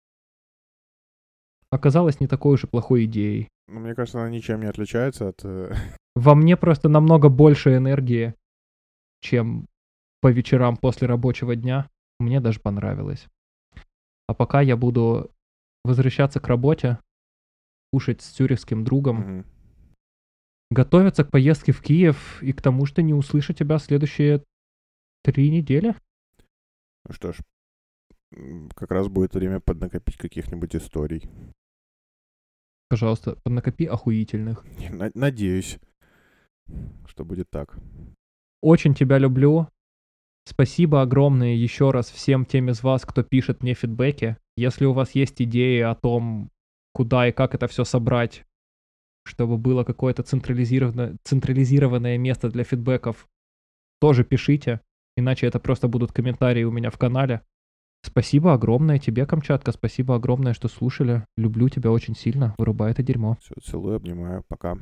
B: оказалась не такой уж и плохой идеей.
A: Ну, мне кажется, она ничем не отличается от... э,
B: Во мне просто намного больше энергии, чем по вечерам после рабочего дня. Мне даже понравилось. А пока я буду возвращаться к работе, кушать с цюрихским другом,
A: мгм.
B: готовиться к поездке в Киев и к тому, что не услышу тебя следующие три недели.
A: Ну что ж, м, как раз будет время поднакопить каких-нибудь историй.
B: Пожалуйста, поднакопи охуительных.
A: На- Надеюсь, что будет так.
B: Очень тебя люблю. Спасибо огромное еще раз всем тем из вас, кто пишет мне фидбэки. Если у вас есть идеи о том, куда и как это все собрать, чтобы было какое-то централизированное, централизированное место для фидбэков, тоже пишите, иначе это просто будут комментарии у меня в канале. Спасибо огромное тебе, Камчатка, спасибо огромное, что слушали. Люблю тебя очень сильно. Вырубай это дерьмо.
A: Все, целую, обнимаю, пока.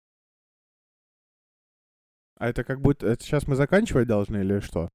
A: А это как будто... Это сейчас мы заканчивать должны или что?